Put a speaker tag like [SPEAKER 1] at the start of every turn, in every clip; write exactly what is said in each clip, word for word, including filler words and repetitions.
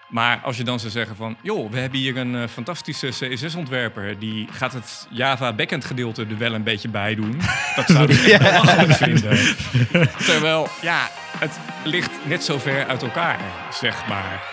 [SPEAKER 1] Maar als je dan zou zeggen van... joh, we hebben hier een uh, fantastische C S S-ontwerper... die gaat het Java backend gedeelte er wel een beetje bij doen. Dat zou ik echt belachelijk vinden. Terwijl, ja, het ligt net zo ver uit elkaar, zeg maar.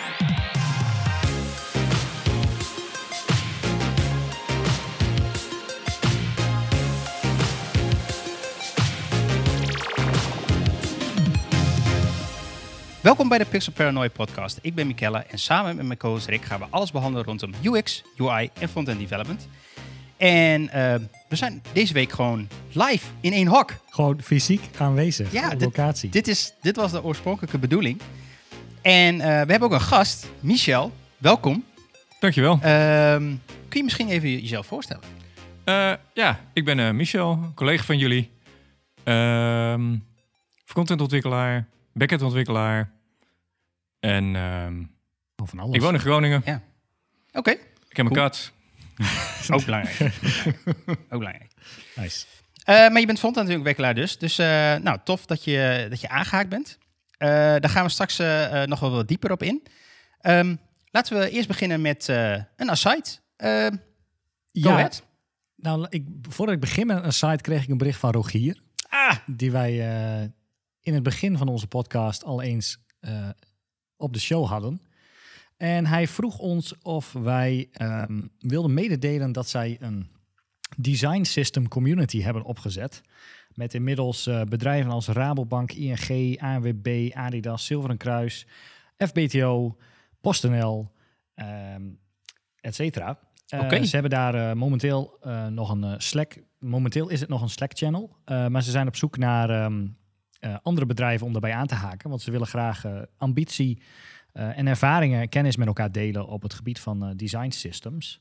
[SPEAKER 2] Welkom bij de Pixel Paranoia podcast. Ik ben Michelle en samen met mijn co-host Rick gaan we alles behandelen rondom U X, U I en front-end development. En uh, we zijn deze week gewoon live in één hok.
[SPEAKER 3] Gewoon fysiek aanwezig
[SPEAKER 2] ja,
[SPEAKER 3] op
[SPEAKER 2] dit,
[SPEAKER 3] locatie.
[SPEAKER 2] Dit, is, dit was de oorspronkelijke bedoeling. En uh, we hebben ook een gast, Michel. Welkom.
[SPEAKER 1] Dankjewel.
[SPEAKER 2] Uh, kun je misschien even jezelf voorstellen?
[SPEAKER 1] Uh, ja, ik ben uh, Michel, collega van jullie. Uh, contentontwikkelaar, backendontwikkelaar. En uh,
[SPEAKER 3] oh, van alles.
[SPEAKER 1] Ik woon in Groningen.
[SPEAKER 2] Ja. Oké. Okay.
[SPEAKER 1] Ik heb
[SPEAKER 2] cool.
[SPEAKER 1] een kat.
[SPEAKER 2] Ook belangrijk. Ook belangrijk.
[SPEAKER 3] Nice.
[SPEAKER 2] Uh, maar je bent frontendontwikkelaar dus. Dus uh, nou, tof dat je, dat je aangehaakt bent. Uh, daar gaan we straks uh, nog wel wat dieper op in. Um, laten we eerst beginnen met uh, een aside. Uh,
[SPEAKER 3] ja,
[SPEAKER 2] ahead.
[SPEAKER 3] Nou, ik, voordat ik begin met een aside kreeg ik een bericht van Rogier.
[SPEAKER 2] Ah.
[SPEAKER 3] Die wij uh, in het begin van onze podcast al eens uh, op de show hadden. En hij vroeg ons of wij um, wilden mededelen dat zij een design system community hebben opgezet. Met inmiddels uh, bedrijven als Rabobank, I N G, A N W B, Adidas, Zilveren Kruis, F B T O, PostNL, um, et cetera. Uh,
[SPEAKER 2] okay.
[SPEAKER 3] Ze hebben daar uh, momenteel uh, nog een uh, Slack. Momenteel is het nog een Slack-channel. Uh, maar ze zijn op zoek naar um, uh, andere bedrijven om daarbij aan te haken. Want ze willen graag uh, ambitie uh, en ervaringen en kennis met elkaar delen op het gebied van uh, design systems.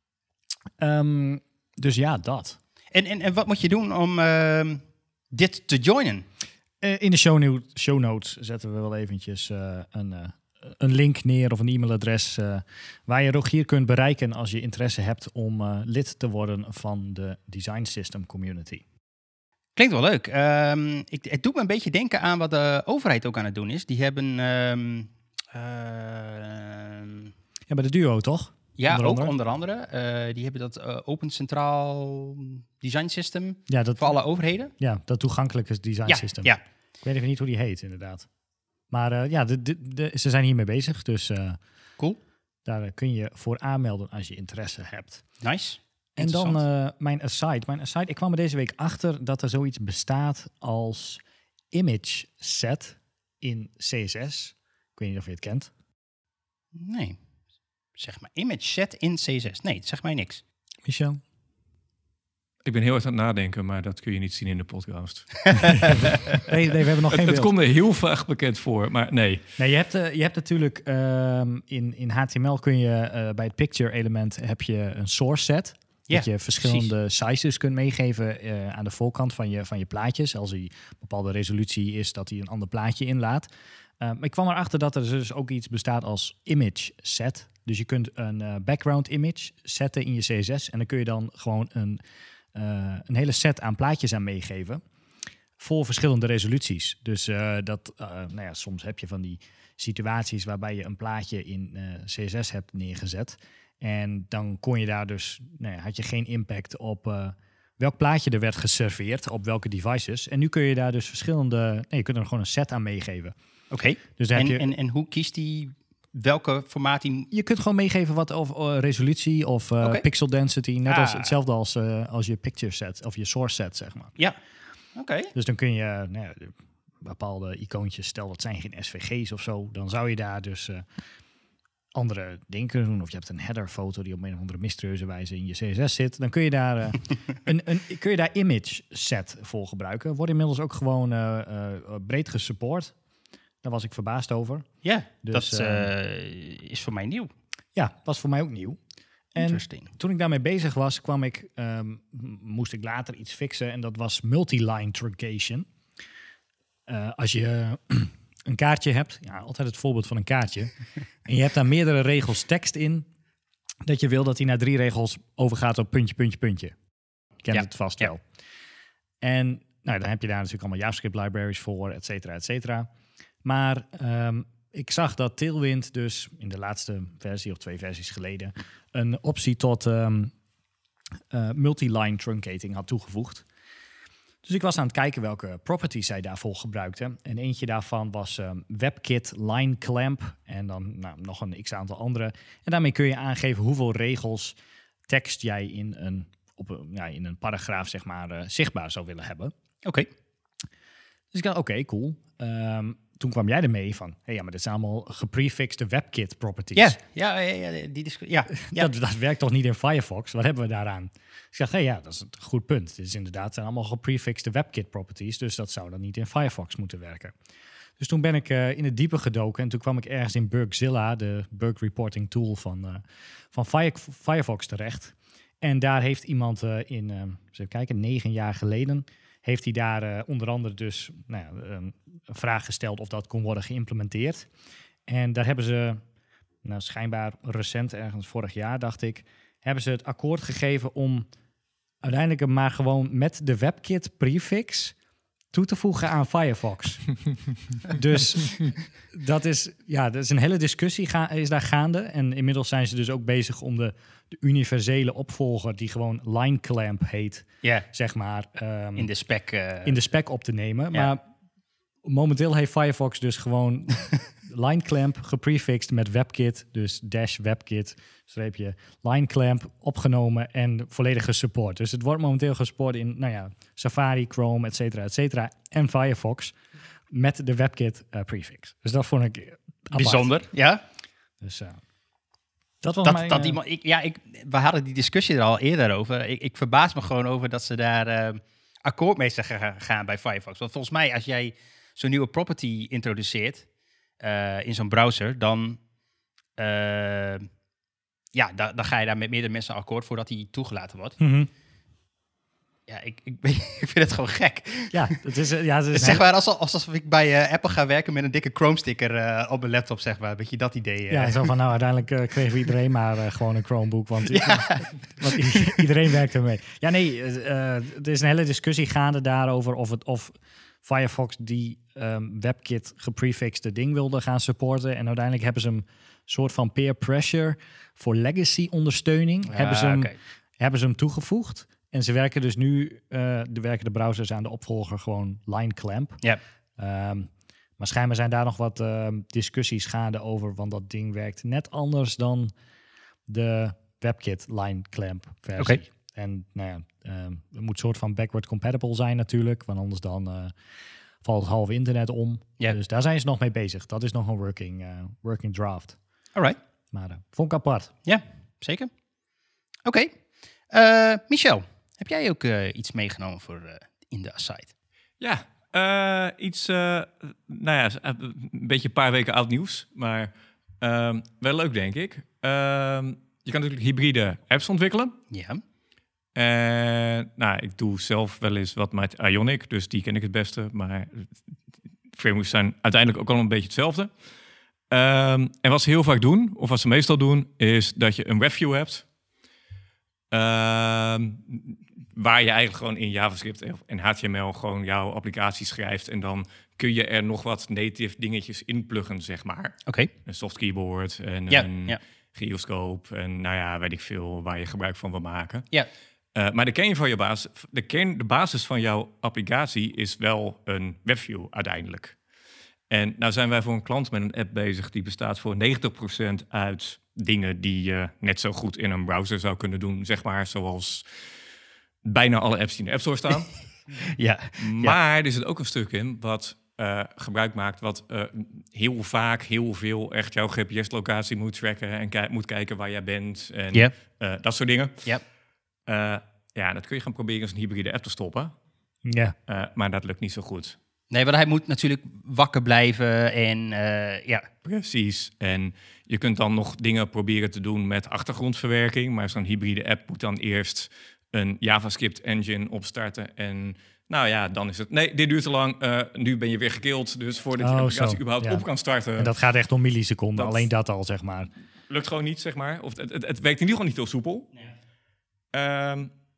[SPEAKER 3] Um, dus ja, dat.
[SPEAKER 2] En, en, en wat moet je doen om uh, dit te joinen?
[SPEAKER 3] Uh, in de show, new- show notes zetten we wel eventjes uh, een, uh, een link neer of een e-mailadres uh, waar je Rogier kunt bereiken als je interesse hebt om uh, lid te worden van de Design System Community.
[SPEAKER 2] Klinkt wel leuk. Um, ik, het doet me een beetje denken aan wat de overheid ook aan het doen is. Die hebben... Um, uh,
[SPEAKER 3] ja, bij de Duo, toch?
[SPEAKER 2] Ja,
[SPEAKER 3] onder
[SPEAKER 2] ook
[SPEAKER 3] andere.
[SPEAKER 2] onder andere. Uh, die hebben dat uh, Open Centraal Design System
[SPEAKER 3] ja, dat,
[SPEAKER 2] voor alle overheden.
[SPEAKER 3] Ja, dat toegankelijke design
[SPEAKER 2] ja,
[SPEAKER 3] system.
[SPEAKER 2] Ja.
[SPEAKER 3] Ik weet even niet hoe die heet, inderdaad. Maar uh, ja, de, de, de, ze zijn hiermee bezig. Dus uh,
[SPEAKER 2] cool.
[SPEAKER 3] Daar uh, kun je voor aanmelden als je interesse hebt.
[SPEAKER 2] Nice.
[SPEAKER 3] En dan uh, mijn aside. Mijn aside. Ik kwam er deze week achter dat er zoiets bestaat als image set in C S S. Ik weet niet of je het kent.
[SPEAKER 2] Nee. Zeg maar, image set in C S S. Nee, zeg mij niks.
[SPEAKER 3] Michel?
[SPEAKER 1] Ik ben heel erg aan het nadenken, maar dat kun je niet zien in de podcast.
[SPEAKER 3] nee, nee, we hebben nog
[SPEAKER 1] het,
[SPEAKER 3] geen
[SPEAKER 1] Het komt er heel vaag bekend voor, maar nee.
[SPEAKER 3] Nee, je hebt, uh, je hebt natuurlijk um, in, in H T M L kun je uh, bij het picture element heb je een source set. Ja, dat je verschillende precies. sizes kunt meegeven uh, aan de voorkant van je, van je plaatjes. Als hij een bepaalde resolutie is, dat hij een ander plaatje inlaat. Uh, maar ik kwam erachter dat er dus ook iets bestaat als image set. Dus je kunt een uh, background image zetten in je C S S. En dan kun je dan gewoon een, uh, een hele set aan plaatjes aan meegeven. Voor verschillende resoluties. Dus uh, dat, uh, nou ja, soms heb je van die situaties waarbij je een plaatje in uh, C S S hebt neergezet. En dan kon je daar dus, nou ja, had je geen impact op uh, welk plaatje er werd geserveerd, op welke devices. En nu kun je daar dus verschillende, nee, je kunt er gewoon een set aan meegeven.
[SPEAKER 2] Oké, okay.
[SPEAKER 3] dus
[SPEAKER 2] en,
[SPEAKER 3] je,
[SPEAKER 2] en, en hoe kiest die, welke formaat die...
[SPEAKER 3] Je kunt gewoon meegeven wat of uh, resolutie of uh, okay. pixel density, net ah. als hetzelfde als, uh, als je picture set of je source set, zeg maar.
[SPEAKER 2] Ja, oké. Okay.
[SPEAKER 3] Dus dan kun je, nou ja, bepaalde icoontjes, stel dat zijn geen S V G's of zo, dan zou je daar dus... Uh, andere dingen kunnen doen. Of je hebt een headerfoto die op een of andere mysterieuze wijze in je C S S zit. Dan kun je daar, uh, een, een, kun je daar image set voor gebruiken. Wordt inmiddels ook gewoon uh, uh, breed gesupport. Daar was ik verbaasd over.
[SPEAKER 2] Ja,
[SPEAKER 3] dus,
[SPEAKER 2] dat uh, is voor mij nieuw.
[SPEAKER 3] Ja, was voor mij ook nieuw. En toen ik daarmee bezig was, kwam ik, um, moest ik later iets fixen. En dat was multi-line truncation. Uh, als je... Uh, een kaartje hebt, ja, altijd het voorbeeld van een kaartje. En je hebt daar meerdere regels tekst in, dat je wil dat hij na drie regels overgaat op puntje, puntje, puntje. Je kent ja. het vast wel. Ja. En nou, dan heb je daar natuurlijk allemaal JavaScript libraries voor, et cetera, et cetera. Maar um, ik zag dat Tailwind dus in de laatste versie of twee versies geleden een optie tot um, uh, multi-line truncating had toegevoegd. Dus ik was aan het kijken welke properties zij daarvoor gebruikte. En eentje daarvan was um, WebKit Line Clamp en dan nou, nog een x-aantal andere. En daarmee kun je aangeven hoeveel regels tekst jij in een, op een, ja, in een paragraaf zeg maar, uh, zichtbaar zou willen hebben.
[SPEAKER 2] Oké. Okay.
[SPEAKER 3] Dus ik dacht, oké, okay, cool. Um, toen kwam jij ermee van, hey, ja, maar dit zijn allemaal geprefixte WebKit properties.
[SPEAKER 2] Ja, ja, ja, ja, die discu- ja, ja.
[SPEAKER 3] dat, dat werkt toch niet in Firefox? Wat hebben we daaraan? Ik zeg, hey, ja, dat is een goed punt. Dit is inderdaad zijn allemaal geprefixte WebKit properties, dus dat zou dan niet in Firefox moeten werken. Dus toen ben ik uh, in het diepe gedoken en toen kwam ik ergens in Bugzilla, de bug reporting tool van, uh, van Fire- Firefox terecht. En daar heeft iemand uh, in, uh, even kijken, negen jaar geleden, heeft hij daar uh, onder andere dus nou ja, een vraag gesteld of dat kon worden geïmplementeerd. En daar hebben ze, nou schijnbaar recent, ergens vorig jaar dacht ik, hebben ze het akkoord gegeven om uiteindelijk maar gewoon met de WebKit prefix toe te voegen aan Firefox. Dus dat is, ja, dat is een hele discussie ga, is daar gaande. En inmiddels zijn ze dus ook bezig om de, de universele opvolger, die gewoon Line Clamp heet,
[SPEAKER 2] yeah.
[SPEAKER 3] zeg maar, um,
[SPEAKER 2] in de spec uh...
[SPEAKER 3] in de spec op te nemen.
[SPEAKER 2] Yeah.
[SPEAKER 3] Maar momenteel heeft Firefox dus gewoon Line Clamp geprefixed met WebKit, dus dash WebKit, streepje Line Clamp opgenomen en volledig gesupport. Dus het wordt momenteel gesupport in, nou ja, Safari, Chrome, et cetera, et cetera, en Firefox met de WebKit uh, prefix. Dus dat vond ik apart.
[SPEAKER 2] Bijzonder, ja.
[SPEAKER 3] Dus uh, dat was
[SPEAKER 2] dat,
[SPEAKER 3] mijn...
[SPEAKER 2] dat
[SPEAKER 3] uh,
[SPEAKER 2] iemand, ik, ja, ik, we hadden die discussie er al eerder over. Ik, ik verbaas me gewoon over dat ze daar uh, akkoord mee zijn gegaan bij Firefox. Want volgens mij, als jij zo'n nieuwe property introduceert uh, in zo'n browser, dan, uh, ja, da, dan ga je daar met meerdere mensen akkoord voordat die toegelaten wordt.
[SPEAKER 3] Mm-hmm.
[SPEAKER 2] Ja, ik, ik, ik vind het gewoon gek.
[SPEAKER 3] Ja, het is, ja, het is
[SPEAKER 2] het zeg maar alsof, alsof ik bij uh, Apple ga werken met een dikke Chrome-sticker uh, op mijn laptop, zeg maar. Weet je, dat idee. Uh.
[SPEAKER 3] Ja, zo van, nou, uiteindelijk uh, kregen we iedereen maar uh, gewoon een Chromebook, want, ja. want i- iedereen werkt ermee. Ja, nee, uh, er is een hele discussie gaande daarover of, het, of Firefox die um, WebKit geprefixte ding wilde gaan supporten. En uiteindelijk hebben ze hem soort van peer pressure voor legacy ondersteuning,
[SPEAKER 2] Ah,
[SPEAKER 3] hebben, ze hem,
[SPEAKER 2] okay.
[SPEAKER 3] hebben ze hem toegevoegd. En ze werken dus nu, uh, de werken de browsers aan de opvolger gewoon Line Clamp.
[SPEAKER 2] Ja.
[SPEAKER 3] Um, maar schijnbaar zijn daar nog wat uh, discussies gaande over, want dat ding werkt net anders dan de WebKit Line Clamp versie.
[SPEAKER 2] Okay.
[SPEAKER 3] En nou ja, um, het moet soort van backward compatible zijn natuurlijk, want anders dan uh, valt het halve internet om.
[SPEAKER 2] Ja.
[SPEAKER 3] Dus daar zijn ze nog mee bezig. Dat is nog een working, uh, working draft.
[SPEAKER 2] Alright.
[SPEAKER 3] Maar uh, vond ik apart.
[SPEAKER 2] Ja, zeker. Oké. Okay. Uh, Michel, heb jij ook uh, iets meegenomen voor uh, in de Aside?
[SPEAKER 1] Ja, uh, iets, uh, nou ja, een beetje een paar weken oud nieuws, maar uh, wel leuk, denk ik. Uh, je kan natuurlijk hybride apps ontwikkelen.
[SPEAKER 2] Ja.
[SPEAKER 1] En nou, ik doe zelf wel eens wat met Ionic, dus die ken ik het beste. Maar frameworks zijn uiteindelijk ook al een beetje hetzelfde. Um, en wat ze heel vaak doen, of wat ze meestal doen, is dat je een WebView hebt. Um, waar je eigenlijk gewoon in JavaScript en H T M L gewoon jouw applicatie schrijft. En dan kun je er nog wat native dingetjes in pluggen, zeg maar.
[SPEAKER 2] Oké. Okay.
[SPEAKER 1] Een soft keyboard en
[SPEAKER 2] ja,
[SPEAKER 1] een
[SPEAKER 2] ja.
[SPEAKER 1] gyroscoop en nou ja, weet ik veel waar je gebruik van wil maken.
[SPEAKER 2] Ja.
[SPEAKER 1] Uh, maar de kern van je basis, de, kern, de basis van jouw applicatie is wel een WebView uiteindelijk. En nou zijn wij voor een klant met een app bezig die bestaat voor negentig procent uit dingen die je net zo goed in een browser zou kunnen doen, zeg maar, zoals bijna alle apps die in de App Store staan.
[SPEAKER 2] ja.
[SPEAKER 1] Maar
[SPEAKER 2] ja.
[SPEAKER 1] er zit ook een stuk in wat uh, gebruik maakt, wat uh, heel vaak, heel veel echt jouw G P S-locatie moet tracken en ki- moet kijken waar jij bent en
[SPEAKER 2] yeah.
[SPEAKER 1] uh, dat soort dingen.
[SPEAKER 2] Yeah.
[SPEAKER 1] Uh, ja, dat kun je gaan proberen als een hybride app te stoppen.
[SPEAKER 3] Ja.
[SPEAKER 1] Uh, maar dat lukt niet zo goed.
[SPEAKER 2] Nee, want hij moet natuurlijk wakker blijven en uh, ja.
[SPEAKER 1] Precies. En je kunt dan nog dingen proberen te doen met achtergrondverwerking, maar zo'n hybride app moet dan eerst een JavaScript engine opstarten en nou ja, dan is het, nee, dit duurt te lang, uh, nu ben je weer gekild, dus voordat je
[SPEAKER 3] oh,
[SPEAKER 1] de applicatie
[SPEAKER 3] zo.
[SPEAKER 1] überhaupt
[SPEAKER 3] ja.
[SPEAKER 1] op kan starten.
[SPEAKER 3] En dat gaat echt om milliseconden,
[SPEAKER 1] dat
[SPEAKER 3] alleen dat al, zeg maar.
[SPEAKER 1] Lukt gewoon niet, zeg maar. Of het, het, het werkt in ieder geval niet heel soepel.
[SPEAKER 2] Nee.
[SPEAKER 1] Um,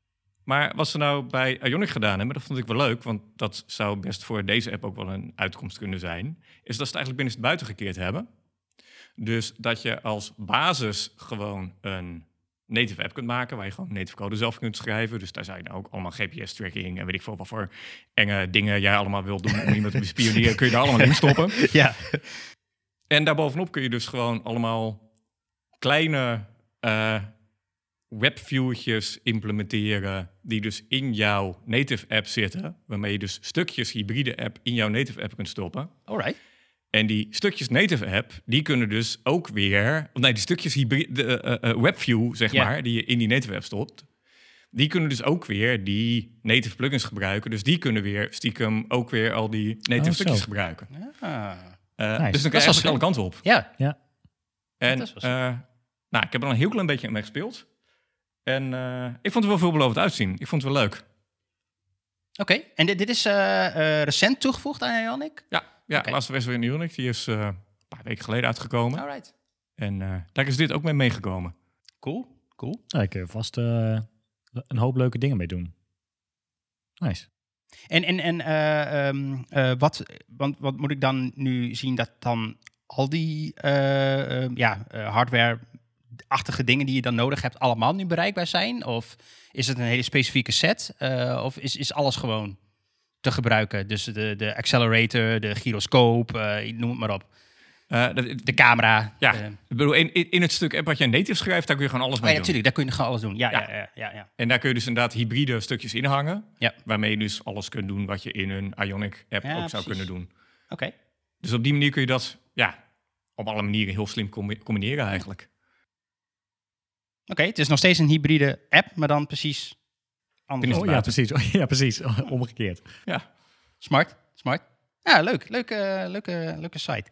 [SPEAKER 1] Maar wat ze nou bij Ionic gedaan hebben, dat vond ik wel leuk, want dat zou best voor deze app ook wel een uitkomst kunnen zijn, is dat ze het eigenlijk binnen buiten gekeerd hebben. Dus dat je als basis gewoon een native app kunt maken, waar je gewoon native code zelf kunt schrijven. Dus daar zou je nou ook allemaal G P S-tracking en weet ik veel wat voor enge dingen jij allemaal wilt doen om iemand te bespioneren, kun je daar allemaal in stoppen.
[SPEAKER 2] Ja.
[SPEAKER 1] En daarbovenop kun je dus gewoon allemaal kleine uh, webviewtjes implementeren die dus in jouw native app zitten, waarmee je dus stukjes hybride app in jouw native app kunt stoppen.
[SPEAKER 2] Alright.
[SPEAKER 1] En die stukjes native app, die kunnen dus ook weer, nee, die stukjes hybride uh, uh, webview, zeg
[SPEAKER 2] yeah.
[SPEAKER 1] maar, die je in die native app stopt, die kunnen dus ook weer die native plugins gebruiken. Dus die kunnen weer stiekem ook weer al die native
[SPEAKER 3] oh,
[SPEAKER 1] stukjes
[SPEAKER 3] zo.
[SPEAKER 1] gebruiken.
[SPEAKER 2] Ah.
[SPEAKER 1] Uh,
[SPEAKER 3] Nice.
[SPEAKER 1] Dus dan
[SPEAKER 2] Dat
[SPEAKER 1] kan je
[SPEAKER 2] is
[SPEAKER 1] eigenlijk
[SPEAKER 2] wel
[SPEAKER 1] alle kanten op.
[SPEAKER 2] Ja.
[SPEAKER 3] Ja.
[SPEAKER 1] En
[SPEAKER 2] Dat is wel
[SPEAKER 1] uh, nou, ik heb er al een heel klein beetje mee gespeeld. En uh, ik vond het wel veelbelovend uitzien. Ik vond het wel leuk.
[SPEAKER 2] Oké, okay. En dit, dit is uh, uh, recent toegevoegd aan Ionic?
[SPEAKER 1] Ja, ja
[SPEAKER 2] Okay.
[SPEAKER 1] laatste versie van Ionic. Die is uh, een paar weken geleden uitgekomen.
[SPEAKER 2] Alright.
[SPEAKER 1] En uh, daar is dit ook mee meegekomen.
[SPEAKER 2] Cool, cool.
[SPEAKER 3] Ja, ik kan vast uh, een hoop leuke dingen mee doen. Nice.
[SPEAKER 2] En, en, en uh, um, uh, wat, want, wat moet ik dan nu zien dat dan al die uh, uh, ja, uh, hardware-achtige dingen die je dan nodig hebt allemaal nu bereikbaar zijn? Of is het een hele specifieke set? Uh, of is, is alles gewoon te gebruiken? Dus de, de accelerator, de gyroscoop, uh, noem het maar op.
[SPEAKER 1] Uh, de,
[SPEAKER 2] De camera.
[SPEAKER 1] Ja,
[SPEAKER 2] uh,
[SPEAKER 1] ik bedoel, in, in het stuk app wat jij native schrijft, daar kun je gewoon alles
[SPEAKER 2] oh,
[SPEAKER 1] mee
[SPEAKER 2] ja,
[SPEAKER 1] doen.
[SPEAKER 2] natuurlijk, daar kun je gewoon alles doen. Ja,
[SPEAKER 1] Ja.
[SPEAKER 2] ja, ja, ja, ja.
[SPEAKER 1] En daar kun je dus inderdaad hybride stukjes in hangen.
[SPEAKER 2] Ja.
[SPEAKER 1] Waarmee je dus alles kunt doen wat je in een Ionic app
[SPEAKER 2] Ja,
[SPEAKER 1] ook zou
[SPEAKER 2] precies.
[SPEAKER 1] kunnen doen.
[SPEAKER 2] Oké. Okay.
[SPEAKER 1] Dus op die manier kun je dat ja, op alle manieren heel slim combi- combineren eigenlijk.
[SPEAKER 2] Oké, okay, het is nog steeds een hybride app, maar dan precies anders.
[SPEAKER 3] Oh, ja, precies. Ja, precies. Omgekeerd.
[SPEAKER 1] Ja.
[SPEAKER 2] Smart, smart. Ja, leuk. Leuke, leuke, leuke site.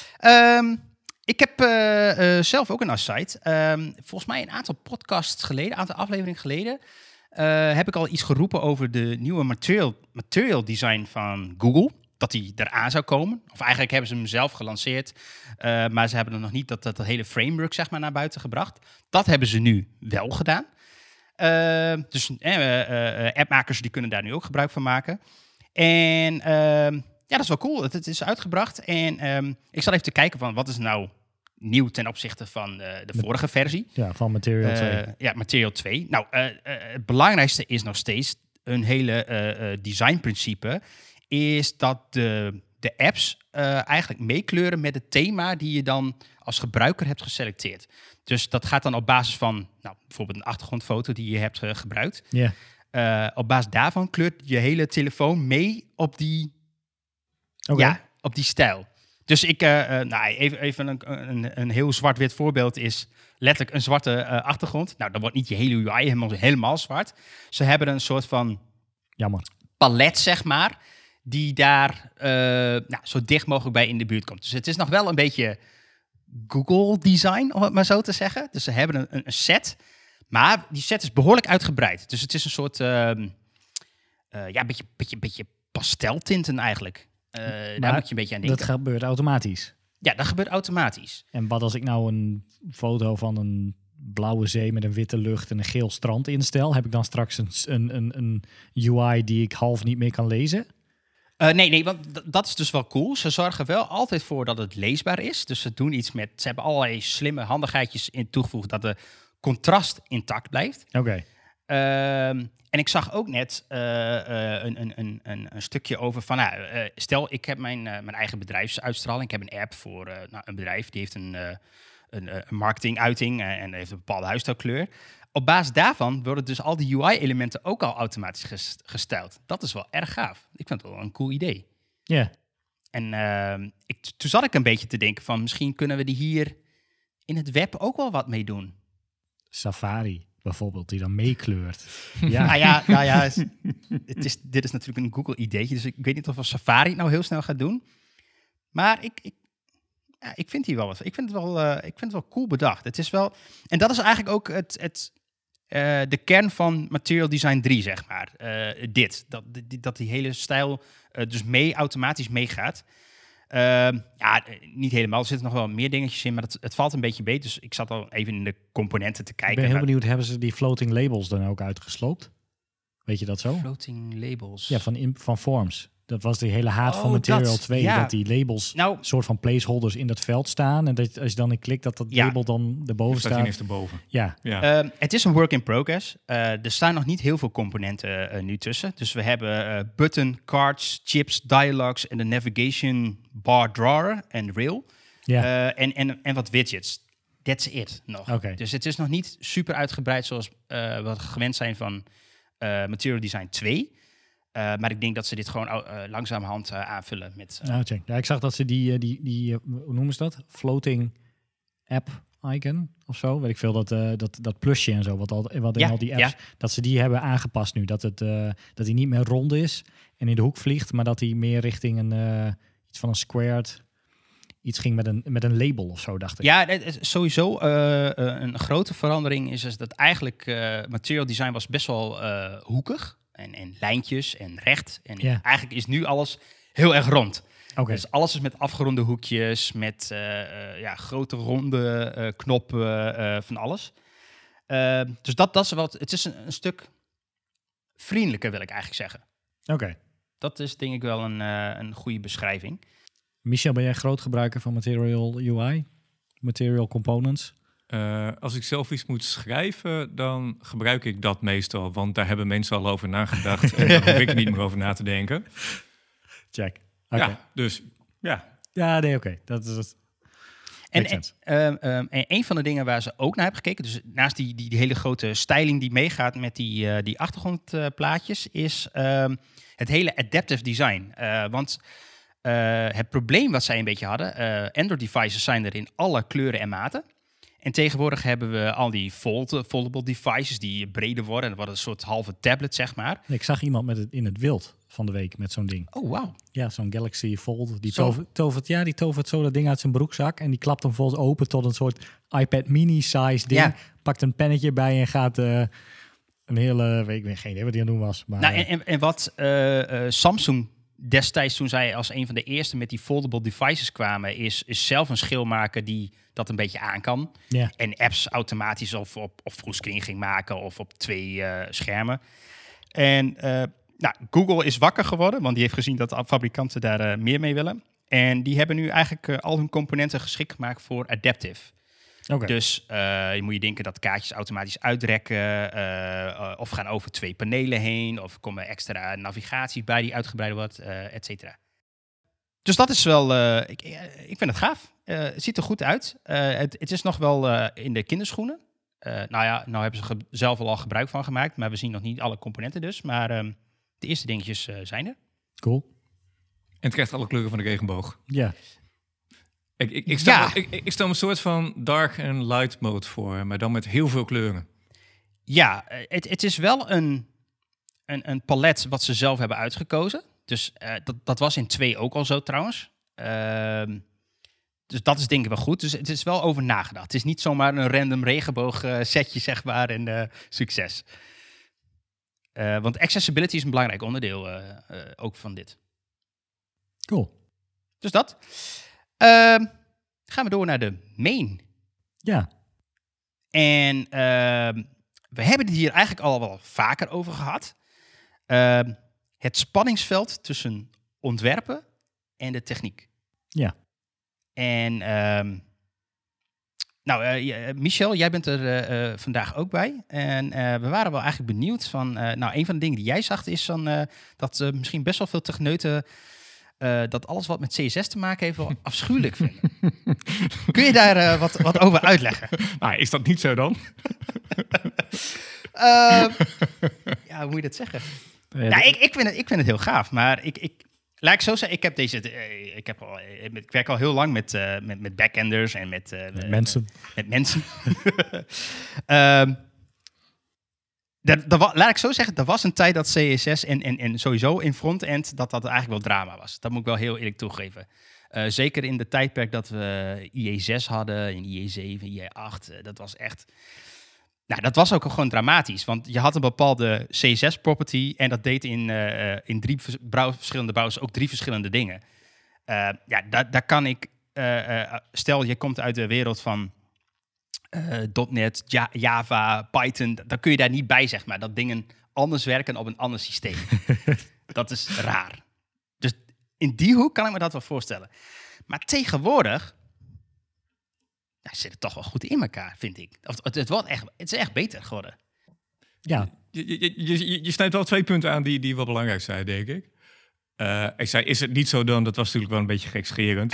[SPEAKER 2] Um, ik heb uh, uh, zelf ook een site. Um, volgens mij een aantal podcasts geleden, een aantal afleveringen geleden, uh, heb ik al iets geroepen over de nieuwe material, material design van Google. Dat die eraan zou komen. Of eigenlijk hebben ze hem zelf gelanceerd. Uh, maar ze hebben er nog niet dat, dat, dat hele framework zeg maar, naar buiten gebracht. Dat hebben ze nu wel gedaan. Uh, dus uh, uh, uh, appmakers die kunnen daar nu ook gebruik van maken. En uh, ja, dat is wel cool. Het, het is uitgebracht. En um, ik zat even te kijken van wat is nou nieuw ten opzichte van uh, de vorige versie.
[SPEAKER 3] Ja, van Material twee.
[SPEAKER 2] Uh, ja, Material twee. Nou, uh, uh, het belangrijkste is nog steeds een hele uh, uh, designprincipe. Is dat de, de apps uh, eigenlijk meekleuren met het thema die je dan als gebruiker hebt geselecteerd. Dus dat gaat dan op basis van nou, bijvoorbeeld een achtergrondfoto die je hebt uh, gebruikt.
[SPEAKER 3] Ja.
[SPEAKER 2] Yeah. Uh, op basis daarvan kleurt je hele telefoon mee op die,
[SPEAKER 3] Okay.
[SPEAKER 2] ja, op die stijl. Dus ik, uh, uh, nou, even, even een, een, een heel zwart-wit voorbeeld is letterlijk een zwarte uh, achtergrond. Nou, dan wordt niet je hele U I helemaal, helemaal zwart. Ze hebben een soort van
[SPEAKER 3] Jammer.
[SPEAKER 2] palet, zeg maar, die daar uh, nou, zo dicht mogelijk bij in de buurt komt. Dus het is nog wel een beetje Google design, om het maar zo te zeggen. Dus ze hebben een, een set, maar die set is behoorlijk uitgebreid. Dus het is een soort, uh, uh, ja, een beetje, beetje, beetje pasteltinten eigenlijk. Uh, daar moet je een beetje aan denken.
[SPEAKER 3] Dat gebeurt automatisch.
[SPEAKER 2] Ja, dat gebeurt automatisch.
[SPEAKER 3] En wat als ik nou een foto van een blauwe zee met een witte lucht en een geel strand instel? Heb ik dan straks een, een, een, een U I die ik half niet meer kan lezen?
[SPEAKER 2] Uh, nee, nee, want d- dat is dus wel cool. Ze zorgen wel altijd voor dat het leesbaar is. Dus ze doen iets met... Ze hebben allerlei slimme handigheidjes in toegevoegd dat de contrast intact blijft.
[SPEAKER 3] Oké. Okay.
[SPEAKER 2] Uh, en ik zag ook net uh, uh, een, een, een, een, een stukje over van... Nou, uh, stel, ik heb mijn, uh, mijn eigen bedrijfsuitstraling. Ik heb een app voor uh, nou, een bedrijf. Die heeft een, uh, een, een marketinguiting uh, en heeft een bepaalde huisstijlkleur. Op basis daarvan worden dus al die U I-elementen ook al automatisch gestyled. Dat is wel erg gaaf. Ik vind het wel een cool idee.
[SPEAKER 3] Ja. Yeah.
[SPEAKER 2] En uh, ik, toen zat ik een beetje te denken van... misschien kunnen we die hier in het web ook wel wat mee doen.
[SPEAKER 3] Safari bijvoorbeeld, die dan meekleurt. Ja.
[SPEAKER 2] nou ja, nou ja het is, dit is natuurlijk een Google-ideetje... dus ik weet niet of Safari het nou heel snel gaat doen. Maar ik... ik Ja, ik vind hier wel wat. Ik vind het wel, uh, ik vind het wel cool bedacht. Het is wel, en dat is eigenlijk ook het, het, uh, de kern van Material Design drie, zeg maar. Uh, dit, dat die, dat die hele stijl uh, dus mee automatisch meegaat. Uh, ja, niet helemaal. Er zitten nog wel meer dingetjes in, maar het, het valt een beetje beter. Dus ik zat al even in de componenten te kijken.
[SPEAKER 3] Ik ben heel
[SPEAKER 2] maar...
[SPEAKER 3] benieuwd, hebben ze die floating labels dan ook uitgesloopt? Weet je dat zo?
[SPEAKER 2] Floating labels.
[SPEAKER 3] Ja, van, in, van forms. Dat was die hele haat
[SPEAKER 2] Oh,
[SPEAKER 3] van Material
[SPEAKER 2] dat,
[SPEAKER 3] twee.
[SPEAKER 2] ja.
[SPEAKER 3] Dat die labels
[SPEAKER 2] Nou,
[SPEAKER 3] soort van placeholders in dat veld staan. En dat als je dan in klikt, dat dat
[SPEAKER 2] Ja.
[SPEAKER 3] label dan erboven
[SPEAKER 1] Staat
[SPEAKER 3] staat.
[SPEAKER 1] hier erboven.
[SPEAKER 3] Ja,
[SPEAKER 1] Ja.
[SPEAKER 2] Um, het is een work in progress. Uh, er staan nog niet heel veel componenten uh, nu tussen. Dus we hebben uh, button, cards, chips, dialogues en de navigation bar drawer en rail.
[SPEAKER 3] ja.
[SPEAKER 2] Uh, en, en, en wat widgets. That's it nog.
[SPEAKER 3] Oké.
[SPEAKER 2] Dus het is nog niet super uitgebreid zoals uh, wat we gewend zijn van uh, Material Design twee. Uh, maar ik denk dat ze dit gewoon uh, langzamerhand uh, aanvullen met... Uh,
[SPEAKER 3] Nou, check. Ja, ik zag dat ze die, uh, die, die uh, hoe noemen ze dat? Floating app icon of zo. Weet ik veel, dat, uh, dat, dat plusje en zo, wat, al, wat in
[SPEAKER 2] Ja,
[SPEAKER 3] al die apps,
[SPEAKER 2] ja.
[SPEAKER 3] dat ze die hebben aangepast nu. Dat het uh, dat hij niet meer rond is en in de hoek vliegt, maar dat hij meer richting een uh, iets van een squared, iets ging met een, met een label of zo, dacht ik.
[SPEAKER 2] Ja, het is sowieso uh, uh, een grote verandering is, is dat eigenlijk uh, Material Design was best wel uh, hoekig. En, en lijntjes en recht. En
[SPEAKER 3] Ja.
[SPEAKER 2] eigenlijk is nu alles heel erg rond.
[SPEAKER 3] Oké. Okay.
[SPEAKER 2] Dus alles is met afgeronde hoekjes, met uh, uh, ja, grote ronde uh, knoppen, uh, van alles. Uh, dus dat, dat is wat. Het is een, een stuk vriendelijker, wil ik eigenlijk zeggen.
[SPEAKER 3] Oké. Okay.
[SPEAKER 2] Dat is denk ik wel een, uh, een goede beschrijving.
[SPEAKER 3] Michel, ben jij groot gebruiker van Material U I? Material Components?
[SPEAKER 1] Uh, als ik zelf iets moet schrijven, dan gebruik ik dat meestal. Want daar hebben mensen al over nagedacht. En daar hoef ik niet meer over na te denken.
[SPEAKER 3] Check. Okay.
[SPEAKER 1] Ja, dus ja.
[SPEAKER 3] Ja, nee, oké. Okay. Dat is het.
[SPEAKER 2] En, en, um, um, en een van de dingen waar ze ook naar hebben gekeken, dus naast die, die, die hele grote styling die meegaat met die, uh, die achtergrondplaatjes, uh, is um, het hele adaptive design. Uh, want uh, het probleem wat zij een beetje hadden, uh, Android-devices zijn er in alle kleuren en maten. En tegenwoordig hebben we al die fold, foldable devices die breder worden. En dat wordt een soort halve tablet, zeg maar.
[SPEAKER 3] Ik zag iemand met het in het wild van de week met zo'n ding.
[SPEAKER 2] Oh, wauw.
[SPEAKER 3] Ja, zo'n Galaxy Fold. Die
[SPEAKER 2] zo.
[SPEAKER 3] tovert, tovert, ja, die tovert zo dat ding uit zijn broekzak. En die klapt hem volgens open tot een soort iPad mini-size ding. Ja. Pakt een pennetje bij en gaat uh, een hele... Weet ik geen idee wat die aan het doen was. Maar,
[SPEAKER 2] nou, en, en, en wat uh, uh, Samsung destijds, toen zij als een van de eerste met die foldable devices kwamen, is, is zelf een schil maken die dat een beetje aan kan.
[SPEAKER 3] Yeah.
[SPEAKER 2] En apps automatisch of op, op fullscreen ging maken of op twee uh, schermen. En uh, nou, Google is wakker geworden, want die heeft gezien dat de fabrikanten daar uh, meer mee willen. En die hebben nu eigenlijk uh, al hun componenten geschikt gemaakt voor adaptive.
[SPEAKER 3] Okay.
[SPEAKER 2] Dus uh, je moet je denken dat kaartjes automatisch uitrekken uh, uh, of gaan over twee panelen heen of komen extra navigatie bij die uitgebreid wordt, uh, et cetera. Dus dat is wel, uh, ik, ik vind het gaaf. Uh, het ziet er goed uit. Uh, het, het is nog wel uh, in de kinderschoenen. Uh, nou ja, nou hebben ze ge- zelf al gebruik van gemaakt, maar we zien nog niet alle componenten dus. Maar um, de eerste dingetjes uh, zijn er.
[SPEAKER 3] Cool.
[SPEAKER 1] En het krijgt alle kleuren van de regenboog.
[SPEAKER 3] Ja.
[SPEAKER 1] Ik, ik, ik, stel,
[SPEAKER 2] ja.
[SPEAKER 1] ik, ik stel me een soort van dark en light mode voor, maar dan met heel veel kleuren.
[SPEAKER 2] Ja, het, het is wel een, een, een palet wat ze zelf hebben uitgekozen. Dus uh, dat, dat was in twee ook al zo trouwens. Uh, dus dat is denk ik wel goed. Dus het is wel over nagedacht. Het is niet zomaar een random regenboog uh, setje, zeg maar, en uh, succes. Uh, want accessibility is een belangrijk onderdeel uh, uh, ook van dit.
[SPEAKER 3] Cool.
[SPEAKER 2] Dus dat. Uh, gaan we door naar de main.
[SPEAKER 3] Ja.
[SPEAKER 2] En uh, we hebben het hier eigenlijk al wel vaker over gehad. Uh, het spanningsveld tussen ontwerpen en de techniek.
[SPEAKER 3] Ja.
[SPEAKER 2] En um, nou, uh, Michel, jij bent er uh, uh, vandaag ook bij. En uh, we waren wel eigenlijk benieuwd van... Uh, nou, een van de dingen die jij zag is van, uh, dat uh, misschien best wel veel techneuten... Uh, dat alles wat met C S S te maken heeft wel afschuwelijk vinden. Kun je daar uh, wat, wat over uitleggen?
[SPEAKER 1] Nou, is dat niet zo dan?
[SPEAKER 2] uh, ja, hoe moet je dat zeggen?
[SPEAKER 3] Ja,
[SPEAKER 2] nou, ik, ik, vind het, ik vind het heel gaaf, maar ik... ik Laat ik zo zeggen, ik heb deze, ik heb al, ik werk al heel lang met, uh, met, met backenders en met, uh,
[SPEAKER 3] met mensen.
[SPEAKER 2] Met, met mensen. um, dat, dat, laat ik zo zeggen, er was een tijd dat C S S en, en, en sowieso in frontend dat dat eigenlijk wel drama was. Dat moet ik wel heel eerlijk toegeven. Uh, zeker in de tijdperk dat we I E zes hadden, en I E zeven, I E acht, uh, dat was echt... Nou, dat was ook gewoon dramatisch, want je had een bepaalde C S S-property en dat deed in, uh, in drie vers- brou- verschillende browsers ook drie verschillende dingen. Uh, ja, daar, daar kan ik... Uh, uh, stel, je komt uit de wereld van uh, .NET, ja, Java, Python, dan kun je daar niet bij, zeg maar. Dat dingen anders werken op een ander systeem. Dat is raar. Dus in die hoek kan ik me dat wel voorstellen. Maar tegenwoordig nou, zit het toch wel goed in elkaar, vind ik. Of, het, het, wordt echt, het is echt beter geworden.
[SPEAKER 3] Ja.
[SPEAKER 1] Je, je, je, je snijdt wel twee punten aan die, die wel belangrijk zijn, denk ik. Uh, ik zei, is het niet zo dan? Dat was natuurlijk wel een beetje gekscherend.